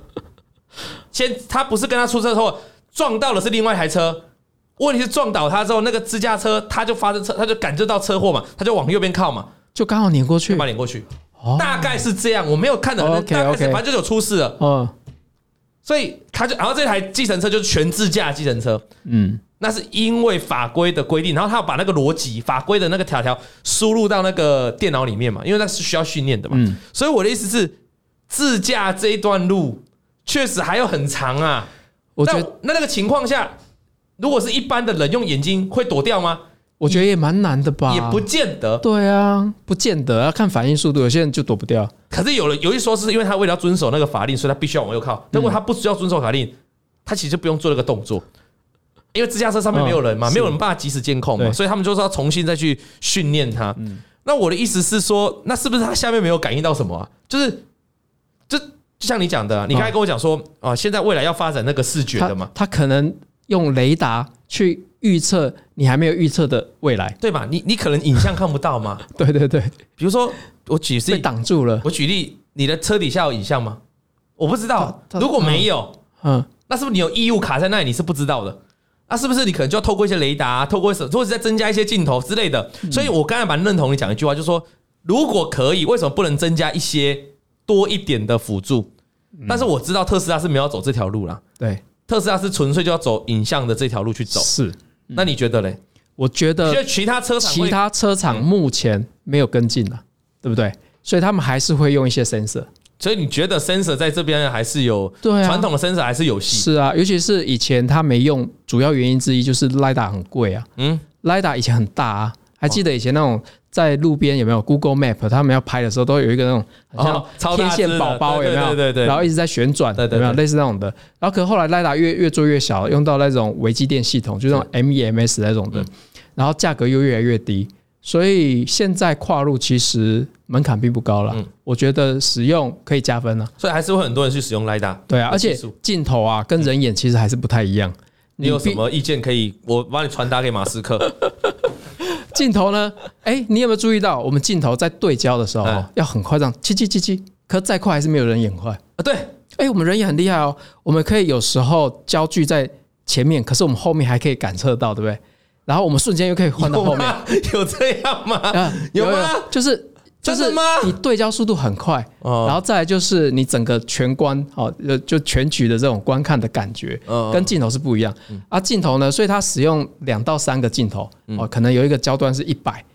他不是跟他出车祸，撞到的是另外一台车。问题是撞倒他之后，那个自驾车他就感觉到车祸嘛，他就往右边靠嘛，
就刚好碾过去，
就把碾过去。大概是这样，我没有看到，大概是反正就有出事了。所以然后这台计程车就是全自驾计程车，那是因为法规的规定，然后他要把那个逻辑法规的那个条输入到那个电脑里面嘛，因为那是需要训练的嘛。所以我的意思是，自驾这一段路确实还有很长啊。我觉得那个情况下，如果是一般的人用眼睛会躲掉吗？
我觉得也蛮难的吧，
也不见得。
对啊，不见得要看反应速度，有些人就躲不掉。
可是有一说是因为他为了要遵守那个法令，所以他必须要往右靠。如果他不需要遵守法令，他其实就不用做那个动作，因为自驾车上面没有人嘛，没有人办法及时监控嘛，所以他们就是要重新再去训练他。那我的意思是说，那是不是他下面没有感应到什么啊？就像你讲的，你刚才跟我讲说现在未来要发展那个视觉的嘛，
他可能用雷达去预测你还没有预测的未来，
对吧？你可能影像看不到嘛？
对，
比如说我举例
被挡住了，
我举例，你的车底下有影像吗？我不知道，如果没有，那是不是你有异物卡在那里？你是不知道的。那是不是你可能就要透过一些雷达，透过或者再增加一些镜头之类的？所以我刚才蛮认同你讲一句话，就是说，如果可以，为什么不能增加一些多一点的辅助？但是我知道特斯拉是没有走这条路啦。
对，
特斯拉是纯粹就要走影像的这条路去走。
是。
那你觉得嘞？
我觉得
其他车厂
目前没有跟进了，对不对？所以他们还是会用一些 sensor。
所以你觉得 sensor 在这边还是有传统的 sensor 还是有戏？
是啊，尤其是以前他没用，主要原因之一就是 LiDAR 很贵啊。LiDAR 以前很大啊，还记得以前那种在路边有没有 Google Map， 他们要拍的时候都有一个那种像天线宝宝有没有？
对，
然后一直在旋转，有没有类似那种的？然后可后来 LiDAR 越做越小，用到那种微机电系统，就是那种 MEMS 那种的，然后价格又越来越低。所以现在跨入其实门槛并不高了，我觉得使用可以加分啊。
所以还是会很多人去使用 LiDAR。对
啊，而且镜头啊跟人眼其实还是不太一样。
你有什么意见可以我帮你传达给马斯克？
镜头呢？你有没有注意到我们镜头在对焦的时候要很快这样七，可再快还是没有人眼快
啊？对，
我们人眼很厉害哦，我们可以有时候焦距在前面，可是我们后面还可以感测到，对不对？然后我们瞬间又可以换到后面，
有这样吗？有吗？
就是你对焦速度很快，然后再来就是你整个全观就全局的这种观看的感觉，跟镜头是不一样。镜头呢，所以它使用2到3个镜头，可能有一个焦段是100，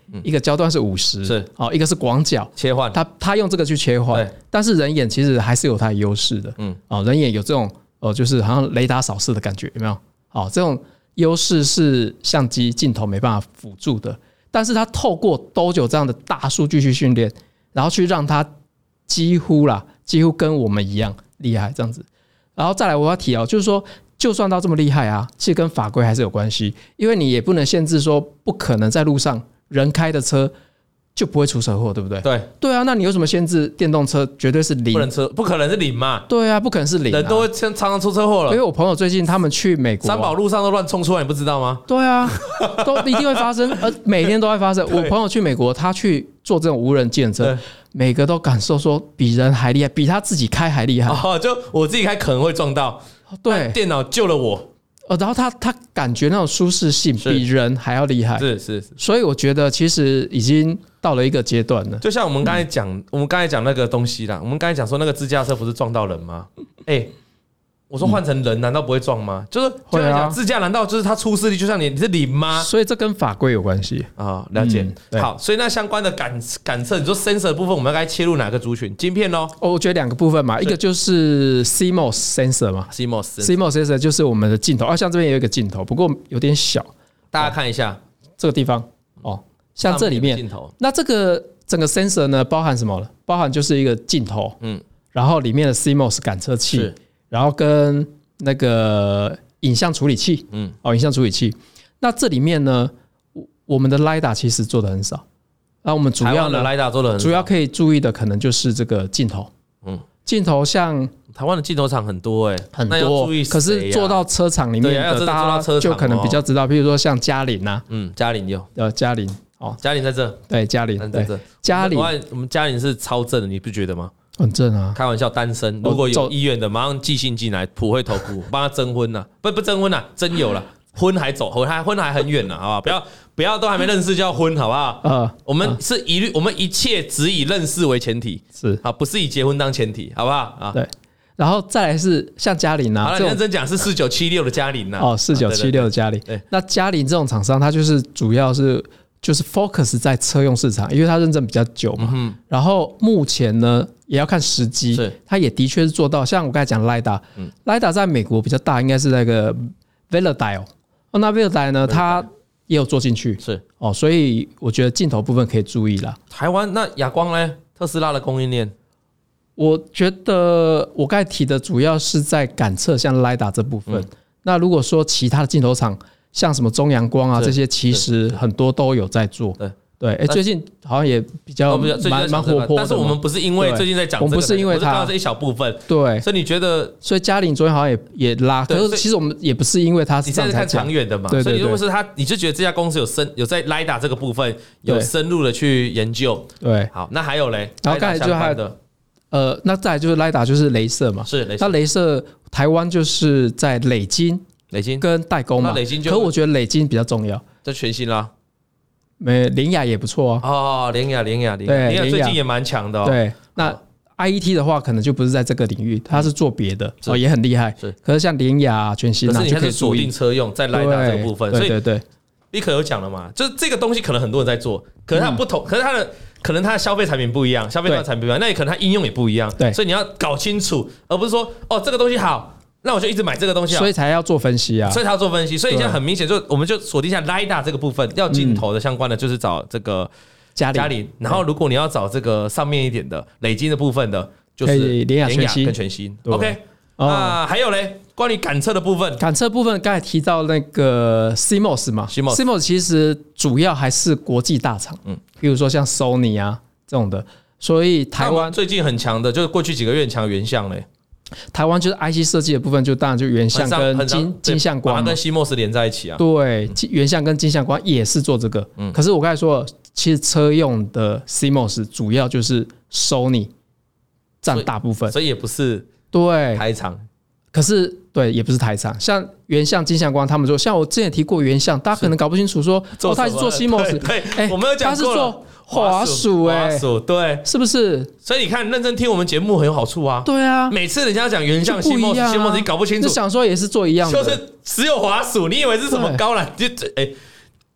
一个焦段是50，
是
一个是广角
切换，
他用这个去切换，但是人眼其实还是有它的优势的，人眼有这种就是好像雷达扫视的感觉，有没有？这种优势是相机镜头没办法辅助的，但是它透过多久这样的大数据去训练，然后去让它几乎跟我们一样厉害这样子。然后再来我要提就是说，就算到这么厉害啊，其实跟法规还是有关系，因为你也不能限制说不可能在路上人开的车就不会出车祸，对不对？对啊，那你有什么限制？电动车绝对是零，
不可能是零嘛？
对啊，不可能是零，
人都会常常出车祸了。
因为我朋友最近他们去美国，
三宝路上都乱冲出来，你不知道吗？
对啊，都一定会发生，每天都会发生。我朋友去美国，他去做这种无人计程车，每个都感受说比人还厉害，比他自己开还厉害。
就我自己开可能会撞到，对，电脑救了我。
然后他感觉那种舒适性比人还要厉害，
是，
所以我觉得其实已经到了一个阶段了。
就像我们刚才讲那个东西啦，我们刚才讲说那个自驾车不是撞到人吗？我说换成人难道不会撞吗？就是讲自驾难道就是它出事率就像你是零吗？
所以这跟法规有关系
啊，了解。好，所以那相关的感测，你说 sensor 的部分，我们该切入哪个族群？晶片咯？
我觉得2个部分嘛，一个就是 CMOS sensor 嘛
，CMOS
sensor 就是我们的镜头，像这边有一个镜头，不过有点小，
大家看一下
这个地方像这里面，那这个整个 sensor 呢包含什么了？包含就是一个镜头，然后里面的 CMOS 感测器。然后跟那个影像处理器，影像处理器。那这里面呢，我们的 LiDAR 其实做的很少。那我们主要
的 LiDAR 做的很少，
主要可以注意的可能就是这个镜头。镜头像
台湾的镜头厂很多
很多，可是做到车厂里面的，大家就可能比较知道，比如说像嘉陵啊，
嘉陵有，
嘉陵
嘉陵在这，
对，嘉陵在这，嘉陵
我们嘉陵是超正的，你不觉得吗？
很正啊！
开玩笑，单身如果有意愿的，马上寄信进来，普惠投顾帮他征婚呐，不征婚呐，征友了，婚还很远呢，好不好？不要都还没认识就要婚，好不好？我们是我们一切只以认识为前提，
是
啊，不是以结婚当前提，好不好？啊，
对。然后再来是像嘉陵啊，
好了，认真讲是4976的嘉陵呐
，4976的嘉陵。那嘉陵这种厂商，它就是主要就是 focus 在车用市场，因为它认证比较久嘛。然后目前呢，也要看时机，它也的确是做到。像我刚才讲 LiDAR，LiDAR 在美国比较大，应该是那个 Velodyne。那 Velodyne 呢，它也有做进去，所以我觉得镜头部分可以注意啦。
台湾那亚光呢？特斯拉的供应链，
我觉得我刚才提的主要是在感测，像 LiDAR 这部分。那如果说其他的镜头厂，像什么中阳光啊这些，其实很多都有在做。对，最近好像也比较蛮活泼的。
但是我们不是因为最近在讲这个，
我们不是因为它
这一小部分。
对，
所以你觉得，
所以嘉陵昨天好像也拉，可是其实我们也不是因为它是这样才讲。
你现在看长远的嘛，所以如果是它，你就觉得这家公司有在 LiDAR 这个部分有深入的去研究。
对，
好，那还有嘞，
然后刚才就还那再来就是 LiDAR 就是雷射嘛，
是雷射。
那雷射台湾就是在磊晶跟代工嘛，可我觉得磊晶比较重要，
这全新啦。
联雅也不错
啊。联雅最近也蛮强的。
对，那 IET 的话可能就不是在这个领域，它是做别的也很厉害。可是像联雅、全新啊，就可以
锁定车用在 LiDAR 这个部分。
对
，Vic 有讲了嘛，就是这个东西可能很多人在做，可是它不同，可是它的消费产品不一样，消费端产品不一样，那也可能它应用也不一样。对，所以你要搞清楚，而不是说这个东西好。那我就一直买这个东西，
所以才要做分析啊！
所以才要做分析，所以现在很明显，就我们就锁定一下 LiDAR 这个部分，要镜头的相关的，就是找这个嘉陵。然后如果你要找这个上面一点的磊晶的部分的，就是联雅跟全新。OK， 还有嘞，关于感测的部分，
刚才提到那个 CMOS 嘛 ，CMOS 其实主要还是国际大厂，比如说像 Sony 啊这种的，所以台湾
最近很强的，就是过去几个月很强的原相嘞。
台湾就是 IC 设计的部分，就当然就原相跟金相光，
把它跟CMOS连在一起啊。
对，原相跟金相光也是做这个。可是我刚才说，其实车用的 CMOS 主要就是 Sony 占大部分，
所以也不是台厂。
可是对，也不是台厂，像原相、金相光他们说，像我之前提过原相，大家可能搞不清楚说，他是做 CMOS，
我们有讲过了。
滑鼠
对，
是不是？
所以你看，认真听我们节目很有好处啊。
对啊，
每次人家讲原相、CMOS，你搞不清楚，
就想说也是做一样的，
就是只有滑鼠，你以为是什么高览？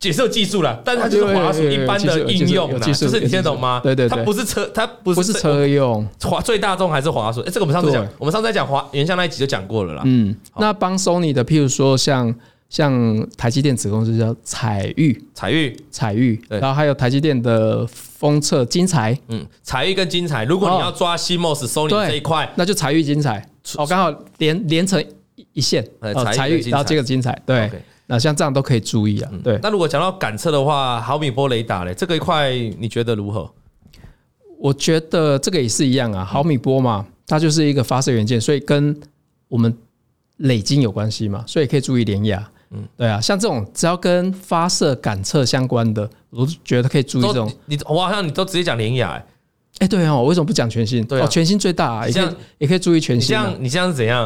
也是有技术啦，但是它就是滑鼠一般的应用啦，就是你听得懂吗？
对，
它不是车，它不
是车用，
最大众还是滑鼠？这个我们上次讲，我们上次在讲原相那一集就讲过了啦。
那帮 Sony 的，譬如说像台积电子公司叫彩玉，然后还有台积电的封测精彩，
彩玉跟精彩，如果你要抓 CMOS Sony 这一块，
那就彩玉精彩，刚好连成一线，彩玉然后接个精彩，对。那像这样都可以注意啊。对，
那如果讲到感测的话，毫米波雷达嘞，这个一块你觉得如何？
我觉得这个也是一样啊，毫米波嘛，它就是一个发射元件，所以跟我们累积有关系嘛，所以可以注意联亚。对啊，像这种只要跟发射感测相关的，我都觉得可以注意这种。
我好像你都直接讲联亚
对哦，为什么不讲全新？对全新最大，也可以注意全新。
你这样是怎样？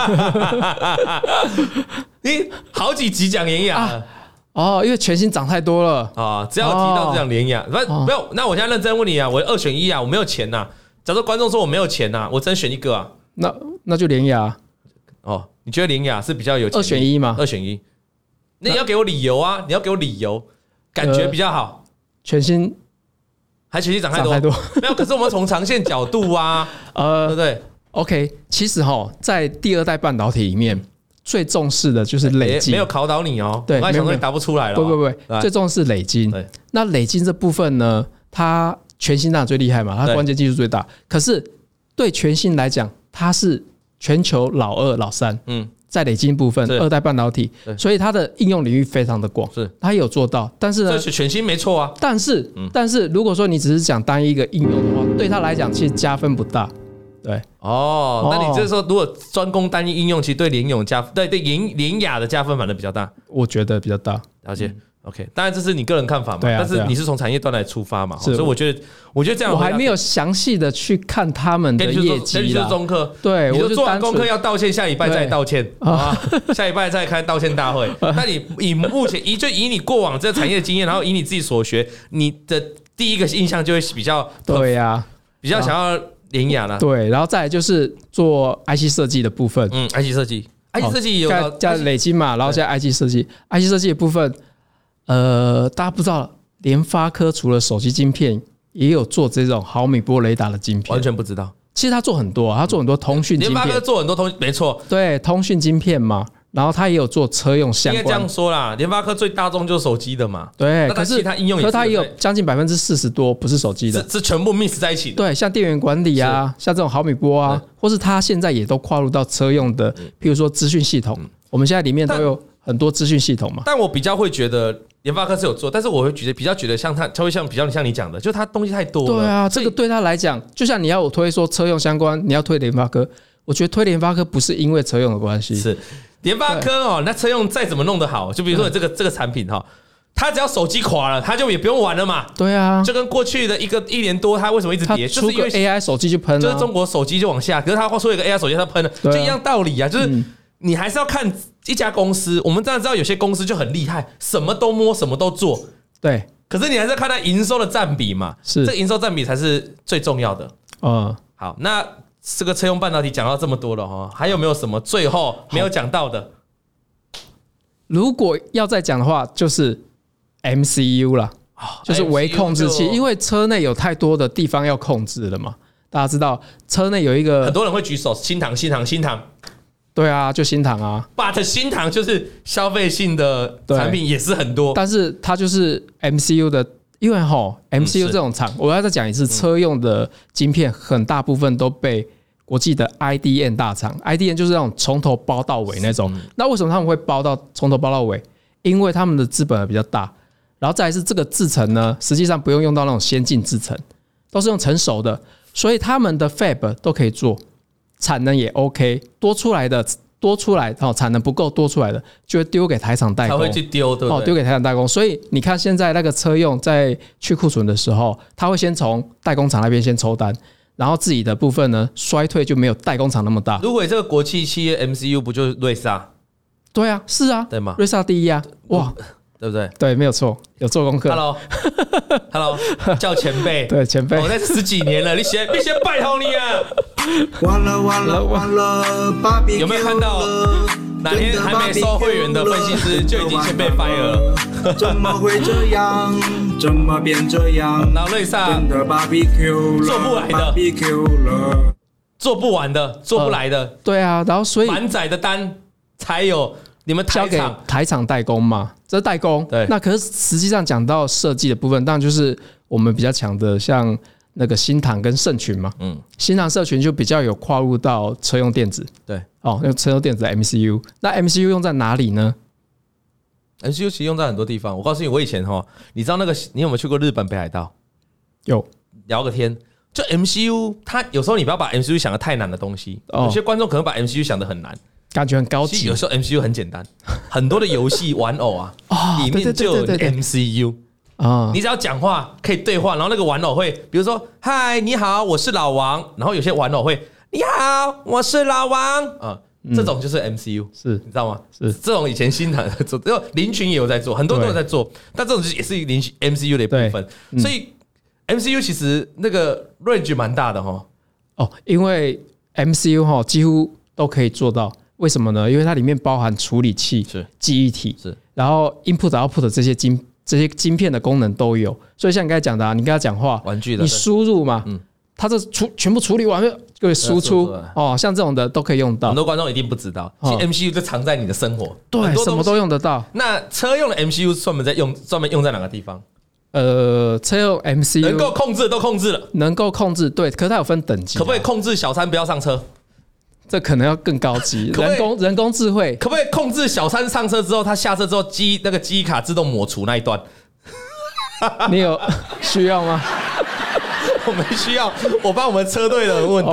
你好几集讲联亚
因为全新涨太多了
啊！只要提到这讲联亚，没有。那我现在认真问你啊，我2选1啊，我没有钱呐。假如观众说我没有钱呐，我只能选一个啊。
那就联亚。
你觉得联亚是比较有钱？2
选1吗
？2选1。那你要给我理由啊！你要给我理由，感觉比较好。
全新。
还全新涨太多，没有。可是我们从长线角度啊，对不对
？OK， 其实在第2代半导体里面，最重视的就是累积。
没有考倒你哦，
对，
我还想说你答不出来了。
不，最重视累积。那累积这部分呢，它全新当然最厉害嘛，它关键技术最大。可是对全新来讲，它是全球老2、老3。在累积部分，2代半导体，所以它的应用领域非常的广，它有做到。但是呢，
这是全新没错啊。
但是如果说你只是讲单一个应用的话，对它来讲其实加分不大。对，
那你这时候如果专攻单一应用，其实对联亚的加分反而比较大，
我觉得比较大。
了解。OK， 当然这是你个人看法嘛，但是你是从产业端来出发嘛，所以我觉得这样，
我还没有详细的去看他们的业绩啦。
你做功课，
对，
你就做完功课要道歉，下礼拜再道歉啊，下礼拜再开道歉大会。那你以目前以你过往这个产业经验，然后以你自己所学，你的第一个印象就会比较
对呀，
比较想要联亚啦。
对，然后再来就是做 IC 设计的部分
，IC 设计也有
加累积嘛，然后现在 IC 设计的部分。大家不知道，联发科除了手机晶片，也有做这种毫米波雷达的晶片。
完全不知道。
其实他做很多，他做很多通讯晶片。
联发科做很多没错，
对，通讯晶片嘛。然后他也有做车用相关。
应该这样说啦，联发科最大众就是手机的嘛。
对，
可是它应用，
可它也有将近40%多不是手机的，
是全部 mix 在一起的。
对，像电源管理啊，像这种毫米波啊，或是它现在也都跨入到车用的，譬如说资讯系统。我们现在里面都有很多资讯系统嘛。
但我比较会觉得联发科是有做，但是我会比较觉得像它会比较像你讲的，就它东西太多了。
对啊，这个对他来讲，就像你要我推说车用相关，你要推联发科，我觉得推联发科不是因为车用的关系，
是联发科那车用再怎么弄得好，就比如说你这个产品它只要手机垮了，它就也不用玩了嘛。
对啊，
就跟过去的一年多，它为什么一直跌？
就是因为 AI 手机就喷了，
就是中国手机就往下，可是它出一个 AI 手机它喷了，就一样道理啊，就是你还是要看一家公司。我们当然知道有些公司就很厉害，什么都摸，什么都做。
对，
可是你还是要看它营收的占比嘛，
是
这营收占比才是最重要的。好，那这个车用半导体讲到这么多了还有没有什么最后没有讲到的？
如果要再讲的话，就是 MCU 啦，就是微控制器，因为车内有太多的地方要控制了嘛。大家知道车内有一个，
很多人会举手，新唐。
对啊，就新唐啊。
But 新唐就是消费性的产品也是很多，
但是它就是 MCU 的，因为MCU 这种厂，我要再讲一次，车用的晶片很大部分都被国际的 IDM 大厂 ，IDM 就是那种从头包到尾那种。那为什么他们会从头包到尾？因为他们的资本比较大，然后再来是这个制程呢，实际上不用到那种先进制程，都是用成熟的，所以他们的 Fab 都可以做，产能也 OK， 多出来产能不够多出来的，就会丢给台厂代工，
他会去丢，对不对？
丢给台厂代工。所以你看现在那个车用在去库存的时候，他会先从代工厂那边先抽单。然后自己的部分呢，衰退就没有代工厂那么大。
如果这个国际企业 MCU 不就是瑞萨？
对啊，是啊，
对吗？
瑞萨第一啊，哇，
对不对？
对，没有错，有做功课。
Hello， 叫前辈，
对前辈，
我在10几年了，你先拜托你啊！
完了，
有没有看到哪天还没收会员的分析师就已经先被 fire 了？
怎么会这样？怎么变这样？
然后瑞萨
真的 BBQ 了，
做不来的
BBQ 了，
做不完的，做不来的，
对啊，然后所以
满载的单才有你们
交给台厂代工嘛，这是代工。
对，
那可是实际上讲到设计的部分，当然就是我们比较强的，像那个新唐跟盛群嘛。新唐社群就比较有跨入到车用电子。
对，
用车用电子的 MCU， 那 MCU 用在哪里呢
？MCU 其实用在很多地方。我告诉你，我以前你知道那个你有没有去过日本北海道？
有，
聊个天。就 MCU， 它有时候你不要把 MCU 想的太难的东西，有些观众可能把 MCU 想的很难，
感觉很高级。
有时候 MCU 很简单，很多的游戏玩偶里面就有 MCU 你只要讲话可以对话，然后那个玩偶会，比如说嗨，你好，我是老王，然后有些玩偶会你好，我是老王这种就是 MCU，
是
你知道吗？
是
这种以前新唐在做，林群也有在做，很多都有在做，但这种也是MCU 的一部分，所以 MCU 其实那个 range 蛮大的
因为 MCU 几乎都可以做到，为什么呢？因为它里面包含处理器、记忆体，然后 input、output 这些晶片的功能都有，所以像你刚才讲的你跟他讲话，
玩具的
你输入嘛，它这全部处理完就输出像这种的都可以用到。
很多观众一定不知道，其实 MCU 就藏在你的生活，
对，什么都用得到。
那车用的 MCU 专门用在哪个地方？
车用 MCU
能够控制的都控制了，
能够控制，对，可是它有分等级，
可不可以控制小三不要上车？
这可能要更高级，人工智慧，
可不可以控制小三上车之后，他下车之后那个记忆卡自动抹除那一段？
你有需要吗？
我没需要，我帮我们车队的人问的。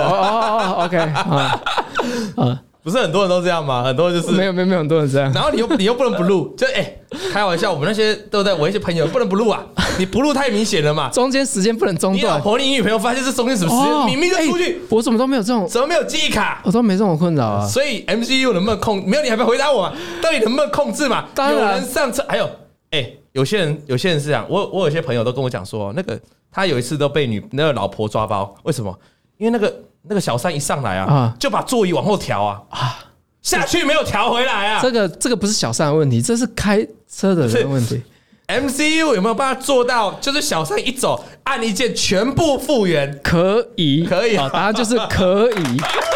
OK
不是很多人都这样吗？很多人就是
没有很多人这样。
然后你又不能不录，就开玩笑，我们那些都在，我一些朋友不能不录啊，你不录太明显了嘛。
中间时间不能中断。
你老婆、你女朋友发现是中间什么时间，明明就出去，
我怎么都没有这种，
怎么没有记忆卡？
我都没这种困扰啊。
所以 MCU 能不能控？没有，你还没回答我嘛？到底能不能控制嘛？有人上车，还有有些人是这样，我有些朋友都跟我讲说，那个他有一次都被那个老婆抓包，为什么？因为那个小三一上来就把座椅往后调下去没有调回来啊！
这个不是小三的问题，这是开车的人的问题。
MCU 有没有办法做到？就是小三一走，按一键全部复原？
可以，答案就是可以。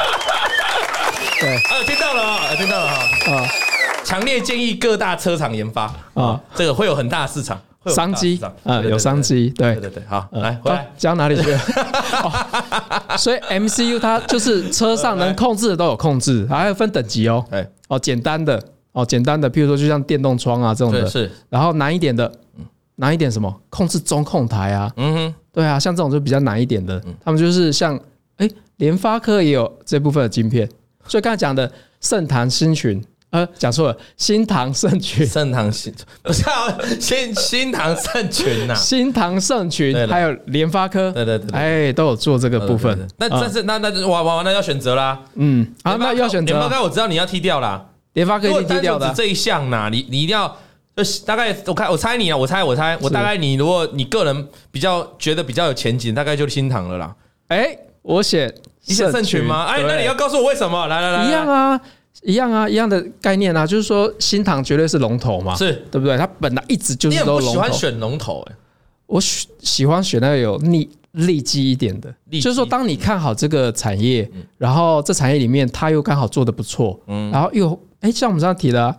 对，
听到了强烈建议各大车厂研发这个会有很大的市场。
商机有商机，对，
好，来回来
讲哪里去了？所以 MCU 它就是车上能控制的都有控制，还有分等级简单的，譬如说就像电动窗这种的，
是，
然后难一点的，难一点什么？控制中控台对啊，像这种就比较难一点的，他们就是像联发科也有这部分的晶片，所以刚才讲的盛唐新群。讲错了，新唐盛群，不是新唐盛群呐，新唐盛群还有联发科，对，都有做这个部分。
但是那要选择啦，
那要选择。
联发科我知道你要踢掉啦，
联发科一定踢掉的。
这一项呐，你一定要，大概我猜你啊，我大概你如果你个人比较觉得比较有前景，大概就是新唐了啦。
我选
你选盛群吗？那你要告诉我为什么？来，
一样的概念就是说新唐绝对是龙头嘛，
是对
不对？它本来一直就是都龙头。
你也不喜欢选龙头
我喜欢选那个有利基一点的，就是说当你看好这个产业，然后这产业里面它又刚好做得不错，然后又像我们刚刚提的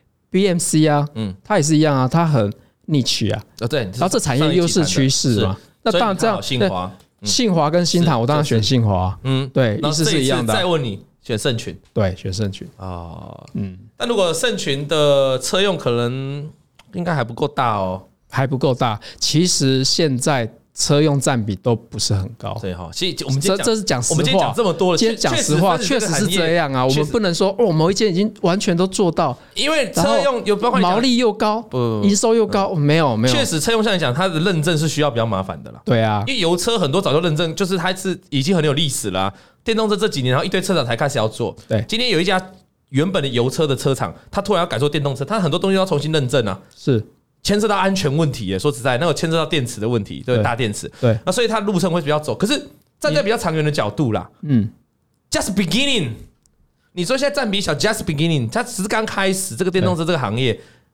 BMC 它也是一样它很niche
对，
然后这产业又是趋势嘛，那当然这样信华跟新唐，我当然选信华，对，意思是一样的。
再问你。选盛群，
对，选盛群
但如果盛群的车用可能应该还不够大
还不够大。其实现在车用占比都不是很高，
对其实我们这
是讲实话，
我们今天讲这么多了，
今天讲实话，确实是这样我们不能说某一间已经完全都做到，
因为车用有包括
毛利又高，营收又高，没有，
确实车用像你讲，它的认证是需要比较麻烦的啦。
对啊，
因为油车很多早就认证，就是它是已经很有历史了电动车这几年，然后一堆车厂才开始要做。
对，
今天有一家原本的油车的车厂，它突然要改做电动车，它很多东西要重新认证
是。
牵涉到安全问题说实在，那个牵涉到电池的问题，对大电池，
对，
那所以它路程会比较走。可是站在比较长远的角度啦，just beginning， 你说现在占比小 ，just beginning， 它只是刚开始这个电动车这个行业，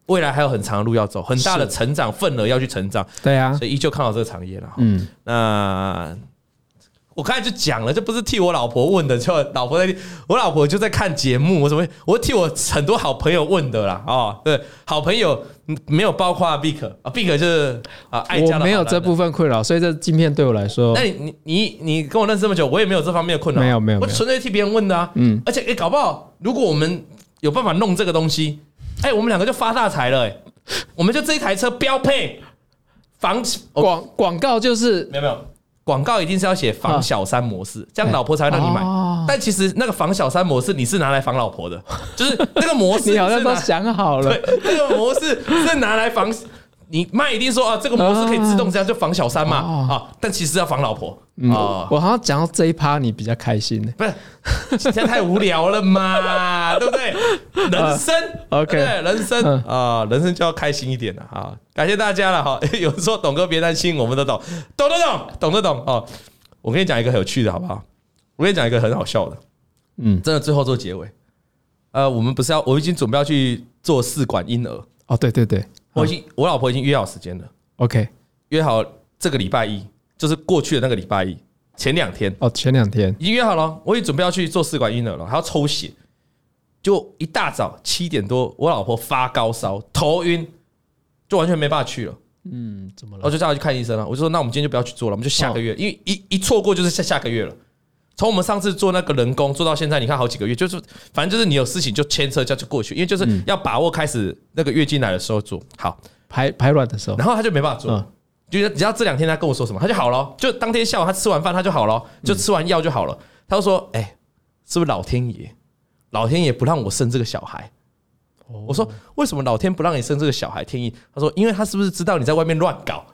未来还有很长的路要走，很大的成长份额要去成长。
对啊，
所以依旧看好这个产业了。那我刚才就讲了，这不是替我老婆问的，就我老婆就在看节目，我替我很多好朋友问的啦。对，好朋友没有包括 Vic 就是爱家的。
我没有这部分困扰，所以这晶片对我来说，
那你跟我认识这么久，我也没有这方面的困扰，
没有，
我纯粹替别人问的啊。而且搞不好，如果我们有办法弄这个东西，我们两个就发大财了。我们就这一台车标配
广告就是
没有。广告一定是要写防小三模式，这样老婆才会让你买。但其实那个防小三模式你是拿来防老婆的，就是那个模式
你好像都想好了。
对，那个模式是拿来防你卖一定说这个模式可以自动这样就防小三嘛但其实要防老婆。
我好像讲到这一趴你比较开心，
不是现在太无聊了嘛，对不对？人生
OK，
对人生人生就要开心一点了感谢大家了哈。有时候董哥别担心，我们都懂得懂我跟你讲一个很有趣的好不好？我跟你讲一个很好笑的，真的最后做结尾。我们不是我已经准备要去做试管婴儿
对，
我老婆已经约好时间了
，OK，
约好这个礼拜一，就是过去的那个礼拜一，前2天
前2天
已经约好了，我已经准备要去做试管婴儿了，还要抽血。就一大早7点多，我老婆发高烧、头晕，就完全没办法去了。
怎么了？
我就叫她去看医生了。我就说，那我们今天就不要去做了，我们就下个月，因为一错过就是下个月了。从我们上次做那个人工做到现在，你看好几个月，就是反正就是你有事情就牵车就过去，因为就是要把握开始那个月经来的时候做好
排卵的时候，
然后他就没办法做。就只要这2天他跟我说什么，他就好了。就当天下午他吃完饭他就好了，就吃完药就好了。他就说：“是不是老天爷不让我生这个小孩？”我说：“为什么老天不让你生这个小孩？天意？”他说：“因为他是不是知道你在外面乱搞？”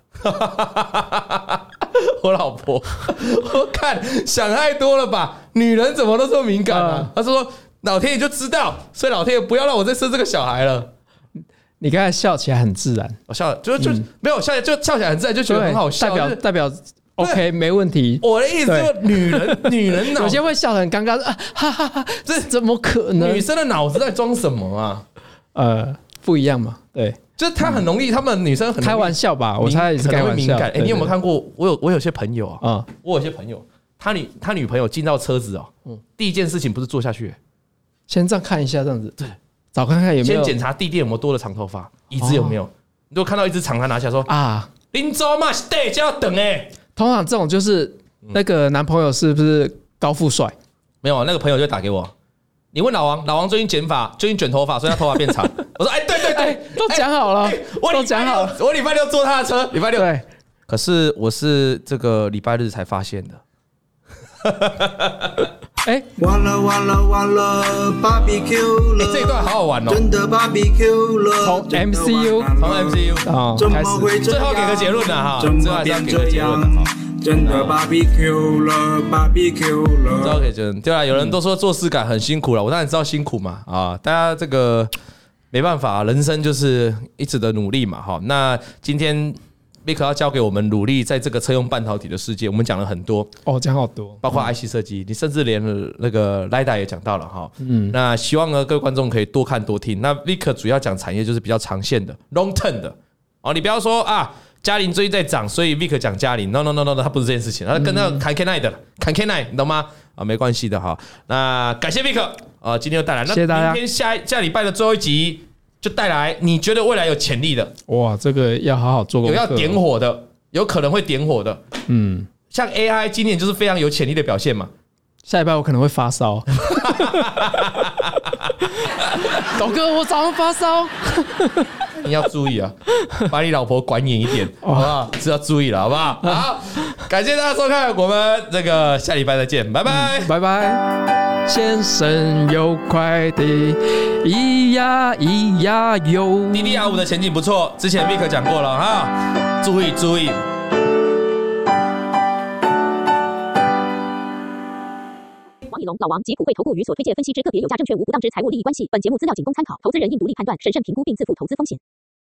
我老婆，我看想太多了吧？女人怎么都这么敏感啊？他说：“老天爷就知道，所以老天爷不要让我再生这个小孩了。”
你刚才笑起来很自然，
我笑就没有笑起来很自然，就觉得很好笑，
代表 OK 没问题。
我的意思就是女人脑
有些会笑得很尴尬，哈哈哈，这怎么可能？
女生的脑子在装什么啊？
不一样嘛，对，
就是她很容易，她们女生很
开玩笑吧？我猜也是开玩笑。
敏感。你有没有看过？我有些朋友我有些朋友，他女朋友进到车子第一件事情不是坐下去，
先这样看一下，这样子，
对。
找看看有没有，
先检查地垫有没有多的长头发，椅子有没有。如果看到一只长，他拿起来说林州嘛是对，就要等
通常这种就是那个男朋友是不是高富帅？
没有，那个朋友就打给我，你问老王最近剪发，最近卷头发，所以他头发变长。我说对，
都讲好了，都讲好了。
我礼拜六坐他的车，礼拜六。
对，
可是我是这个礼拜日才发现的。
完了 ，BBQ 了，
这一段好好玩哦，
真的 BBQ 了，
从 MCU
开始，
最后给个结论了哈，最后还是要给个结论的哈，
真的 BBQ 了，
最后给结论，对啊，有人都说做事感很辛苦了，我当然知道辛苦嘛，大家这个没办法，人生就是一直的努力嘛，哈，那今天Vic 要教给我们努力在这个车用半导体的世界，我们讲了很多
讲好多，
包括 IC 设计，你甚至连那个 LiDAR 也讲到了哈。那希望呢各位观众可以多看多听。那 Vic 主要讲产业就是比较长线的 long term 的你不要说嘉陵最近在涨，所以 Vic 讲嘉陵 no， 他不是这件事情，他跟那个砍 K9 的砍 K9， 你懂吗？没关系的哈。那感谢 Vic 今天又带来，那明天下礼拜的最后一集。就带来你觉得未来有潜力的，
哇，这个要好好做功课，
有要点火的，有可能会点火的，像 AI 今年就是非常有潜力的表现嘛。
下礼拜我可能会发烧，董哥，我早上发烧，
你要注意把你老婆管严一点，好不好？是要注意了，好不好？好，感谢大家收看，我们这个下礼拜再见，拜拜，
拜拜。先生有快递，咿呀咿呀哟。
滴滴R5的前景不错，之前 Vic 讲过了哈，注意。
王以龙、老王及普惠投顾与所推介分析之个别有价证券无不当之财务利益关系。本节目资料仅供参考，投资人应独立判断、审慎评估并自负投资风险。